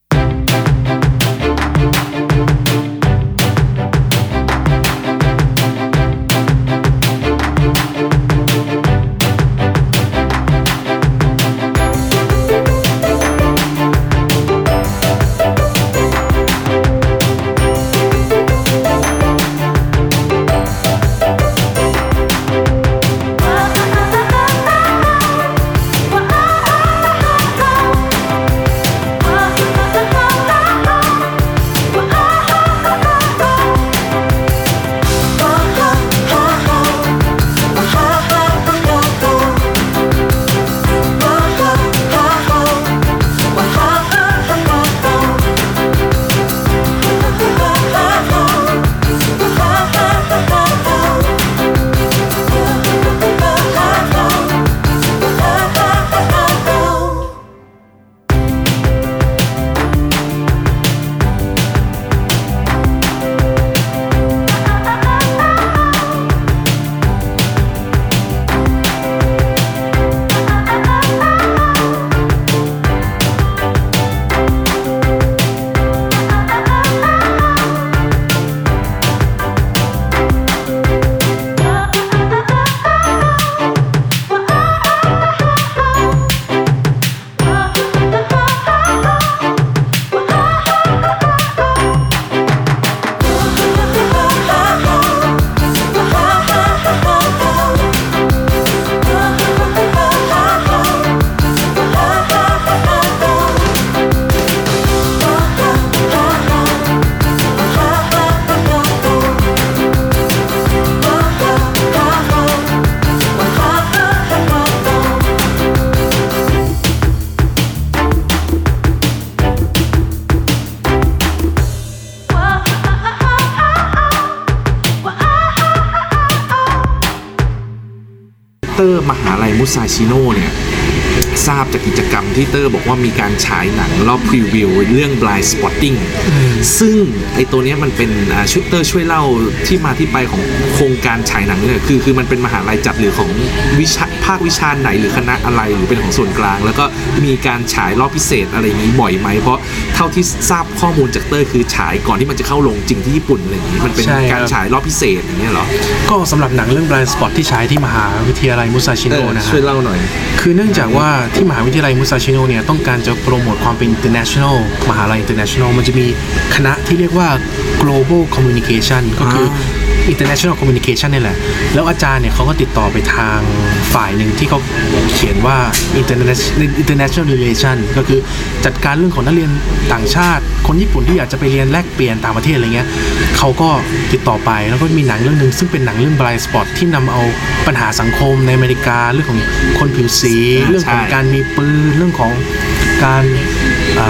มหาลัยมุซาชิโนะเนี่ยทราบจากกิจกรรมที่เตอร์บอกว่ามีการฉายหนังรอบพรีวิวเรื่อง Blind Spotting ซึ่งไอตัวนี้มันเป็นชุดเตอร์ช่วยเล่าที่มาที่ไปของโครงการฉายหนังเนี่ยคือคือมันเป็นมหาลัยจัดหรือของวิชาภาควิชาไหนหรือคณะอะไรหรือเป็นของส่วนกลางแล้วก็มีการฉายรอบพิเศษอะไรอย่างนี้บ่อยไหมเพราะเท่าที่ทราบข้อมูลจากเตอร์คือฉายก่อนที่มันจะเข้าลงจริงที่ญี่ปุ่นอะไรอย่างนี้มันเป็นการฉายรอบพิเศษอย่างเงี้ยหรอก็สำหรับหนังเรื่อง Blind Spot ที่ฉายที่มหาวิทยาลัยมุซาชิโนะนะฮะช่วยเล่าหน่อยคือเนื่องจากว่าที่มหาวิทยาลัยมุซาชิโนะเนี่ยต้องการจะโปรโมทความเป็น international มหาลัย international มันจะมีคณะที่เรียกว่า global communication ก็คือ international communication นี่แหละแล้วอาจารย์เนี่ยเขาก็ติดต่อไปทางฝ่ายหนึ่งที่เขาเขียนว่า international relation ก็คือจัดการเรื่องของนักเรียนต่างชาติคนญี่ปุ่นที่อยากจะไปเรียนแลกเปลี่ยนต่างประเทศอะไรเงี้ยเขาก็ติดต่อไปแล้วก็มีหนังเรื่องนึงซึ่งเป็นหนังเรื่อง Blind Spot ที่นำเอาปัญหาสังคมในอเมริกาเรื่องของคนผิวสีเรื่องของการมีปืนเรื่องของการ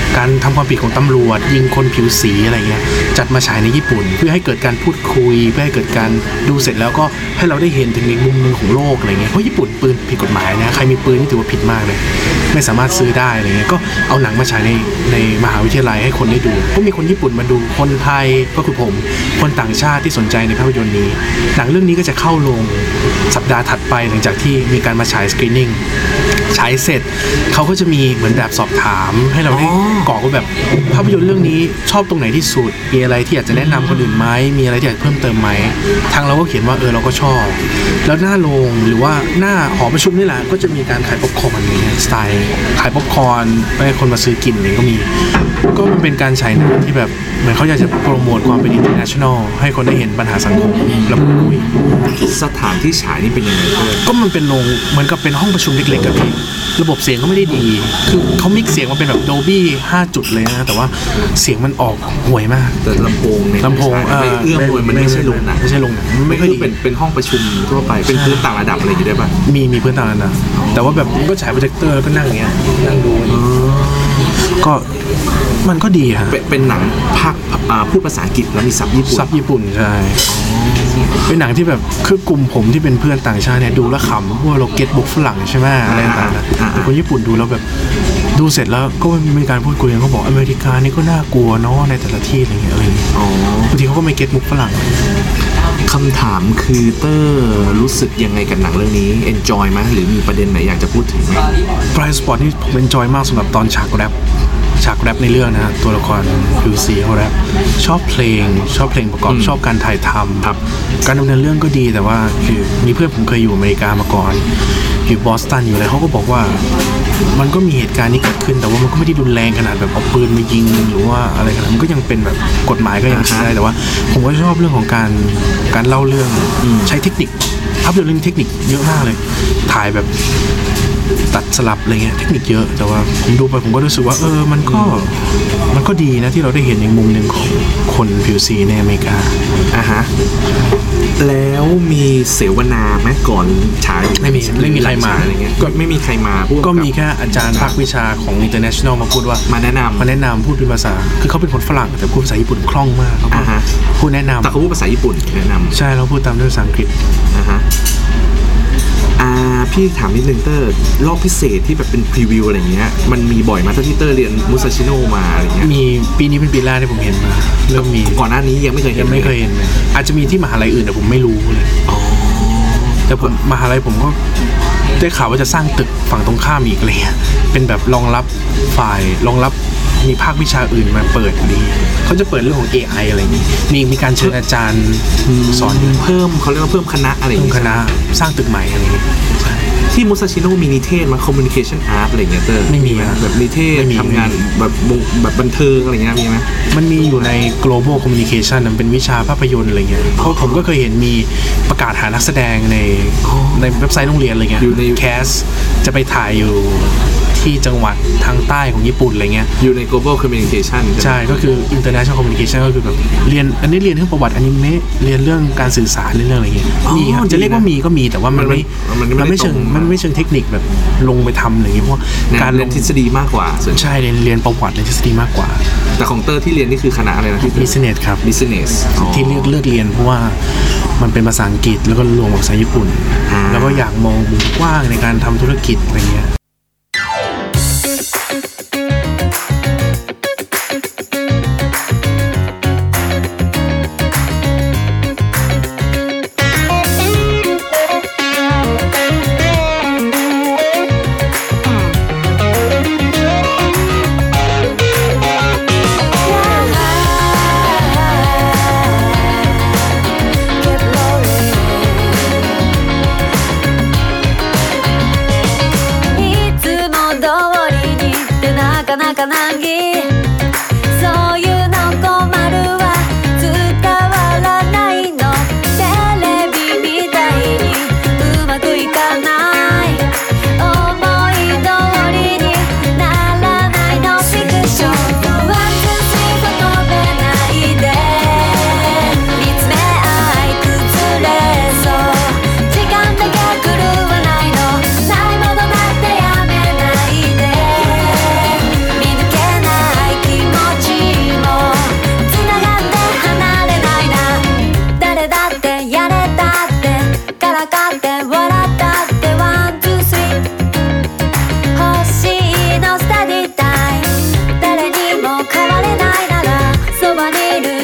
การทำความผิดของตำรวจยิงคนผิวสีอะไรเงี้ยจัดมาฉายในญี่ปุ่นเพื่อให้เกิดการพูดคุยเพื่อให้เกิดการดูเสร็จแล้วก็ให้เราได้เห็นถึงอีกมุมนึงของโลกอะไรเงี้ยเพราะญี่ปุ่นปืนผิดกฎหมายนะใครมีปืนนี่ถือว่าผิดมากเลยไม่สามารถซื้อได้อะไรเงี้ยก็เอาหนังมาฉายในในมหาวิทยาลัยให้คนได้ดูก็มีคนญี่ปุ่นมาดูคนไทยก็คือผมคนต่างชาติที่สนใจในภาพยนตร์นี้หนังเรื่องนี้ก็จะเข้าโรงสัปดาห์ถัดไปหลังจากที่มีการมาฉายสกรีนนิ่งฉายเสร็จเขาก็จะมีเหมือนแบบสอบถามให้เราได้กรอกว่าแบบภาพยนตร์เรื่องนี้ชอบตรงไหนที่สุดมีอะไรที่อยากจะแนะนำคนอื่นไหมมีอะไรที่อยากเพิ่มเติมไหมทางเราก็เขียนว่าเออเราก็ชอบแล้วหน้าโรงหรือว่าหน้าหอประชุมนี่แหละก็จะมีการขายป๊อปคอร์นอะไรเงี้ยสไตล์ขายป๊อปคอร์นให้คนมาซื้อกินอะไรก็มีก็มันเป็นการฉายหนังที่แบบเหมือนเขาอยากจะโปรโมทความเป็น international ให้คนได้เห็นปัญหาสังคมแล้วก็คุยสถานที่ฉายนี่เป็นยังไงเพื่อนก็มันเป็นโรงเหมือนกับเป็นห้องประชุมเล็กๆกับพี่ระบบเสียงก็ไม่ได้ดีคือเขามิกเสียงมาเป็นแบบ Dolby ห้าจุดเลยนะแต่ว่าเสียงมันออกห่วยมากแต่ลำโพงเนี่ยลำโพงเออเอื้อมมวยมันไม่ใช่โรงหนังไม่ใช่โรงหนังไม่ค่อยดีเป็นเป็นห้องประชุมทั่วไปเป็นพื้นต่างระดับอะไรอย่างเงี้ยได้ป่ะมีมีพื้นต่างระดับแต่ว่าแบบก็ฉายโปรเจคเตอร์แล้วก็นั่งอย่างเงี้ยนั่งดูก็มันก็ดีฮะเป็นหนังภาคพูดภาษาอังกฤษแล้วมีซับญี่ปุ่นซับญี่ปุ่นใช่เป็นหนังที่แบบคือกลุ่มผมที่เป็นเพื่อนต่างชาติเนี่ยดูแล้วขำเพราะเราเก็ตบุ๊กฝรั่งใช่ไหมอะไรต่างๆแต่คนญี่ปุ่นดูแล้วแบบดูเสร็จแล้วก็มีการพูดคุยกันเขาบอกอเมริกานี่ก็น่ากลัวเนาะในแต่ละที่อะไรเงี้ยอะไรบางทีเขาก็ไม่เก็ตบุ๊กฝรั่งคำถามคือเตอร์รู้สึกยังไงกับหนังเรื่องนี้ enjoy ไหมหรือมีประเด็นไหนอยากจะพูดถึงไหม Bright Spot นี่ผม enjoy มากสำหรับตอนฉากแรปฉากแรปในเรื่องนะตัวละครผิวสีเขาแรปชอบเพลงชอบเพลงประกอบชอบการถ่ายทำครับการดำเนินเรื่องก็ดีแต่ว่าคือมีเพื่อนผมเคยอยู่อเมริกามาก่อนอยู่บอสตันอยู่อะไรเขาก็บอกว่ามันก็มีเหตุการณ์นี้เกิดขึ้นแต่ว่ามันก็ไม่ได้รุนแรงขนาดแบบเอาปืนมายิงหรือว่าอะไรขนาดมันก็ยังเป็นแบบกฎหมายก็ยังใช้ได้แต่ว่าผมก็ชอบเรื่องของการการเล่าเรื่องใช้เทคนิคภาพยนตร์เรื่องเทคนิคเยอะมากเลยถ่ายแบบตัดสลับอะไรเงี้ยเทคนิคเยอะแต่ว่าผมดูไปผมก็รู้สึกว่าเออมันก็มันก็ดีนะที่เราได้เห็นอีกมุมหนึ่งของคนผิวสีในอเมริกาอ่ะฮะแล้วมีเสวนาไหมก่อนฉายไม่มีไม่มีใครมาอะไรเงี้ยก็ไม่มีใครมาก็มีแค่อาจารย์ภาควิชาของ International มาพูดว่ามาแนะนำมาแนะนำพูดเป็นภาษาคือเขาเป็นคนฝรั่งแต่พูดภาษาญี่ปุ่นคล่องมากเขาพูดแนะนำแต่เขาพูดภาษาญี่ปุ่นแนะนำใช่เราพูดตามด้วยภาษาอังกฤษอ่ะฮะอ่าพี่ถามนิดนึงเตอร์รอบพิเศษที่แบบเป็นพรีวิวอะไรเงี้ยมันมีบ่อยมาตั้งที่เตอร์เรียนมุซาชิโนะมาอะไรเงี้ยมีปีนี้เป็นปีแรกที่ผมเห็นมาเริ่มมีก่อนหน้านี้ยังไม่เคยเห็นยังไม่เคยเห็นเลยอาจจะมีที่มหาลัยอื่นแต่ผมไม่รู้เลยอ๋อแต่ผมมหาลัยผมก็ได้ข่าวว่าจะสร้างตึกฝั่งตรงข้ามอีกอะไรเงี้ยเป็นแบบรองรับฝ่ายรองรับมีภาควิชาอื่นมาเปิดดีเขาจะเปิดเรื่องของ เอ ไอ อะไรอย่างนี้มีมีการเชิญอาจารย์สอนเพิ่มเขาเรียกว่าเพิ่มคณะอะไรอย่างเงี้ยคณะสร้างตึกใหม่อะไรอย่างเงี้ยที่มุซาชิโนะมีนิเทศมา communication art อะไรเงี้ยเตอร์ไม่มีแบบนิเทศทำงานแบบแบบบันเทิงอะไรเงี้ยมีไหมมันมีอยู่ใน global communication มันเป็นวิชาภาพยนตร์อะไรเงี้ยเพราะผมก็เคยเห็นมีประกาศหานักแสดงในในเว็บไซต์โรงเรียนอะไรเงี้ยอยู่ในแคสจะไปถ่ายอยู่ที่จังหวัดทางใต้ของญี่ปุ่นอะไรเงี้ยอยู่ใน global communication ใช่ก็คือ international communication ก็คือแบบเรียนอันนี้เรียนเรื่องประวัติอนิเมะเรียนเรื่องการสื่อสารเรื่องอะไรเงี้ยมีครับจะเรียกว่ามีก็มีแต่ว่ามันไม่มันไม่เชิงมันไม่เชิงเทคนิคแบบลงไปทำอะไรอย่างเงี้ยเพราะการเรียนทฤษฎีมากกว่าใช่เรียนเรียนประวัติเรียนทฤษฎีมากกว่าแต่ของเตอร์ที่เรียนนี่คือคณะอะไรนะที่ business ครับ business ที่เลือกเลือกเรียนเพราะว่ามันเป็นภาษาอังกฤษแล้วก็รวมกับภาษาญี่ปุ่นแล้วก็อยากมองมุมกว้างในการทำธุรกิจอะไรเงี้ย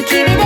君の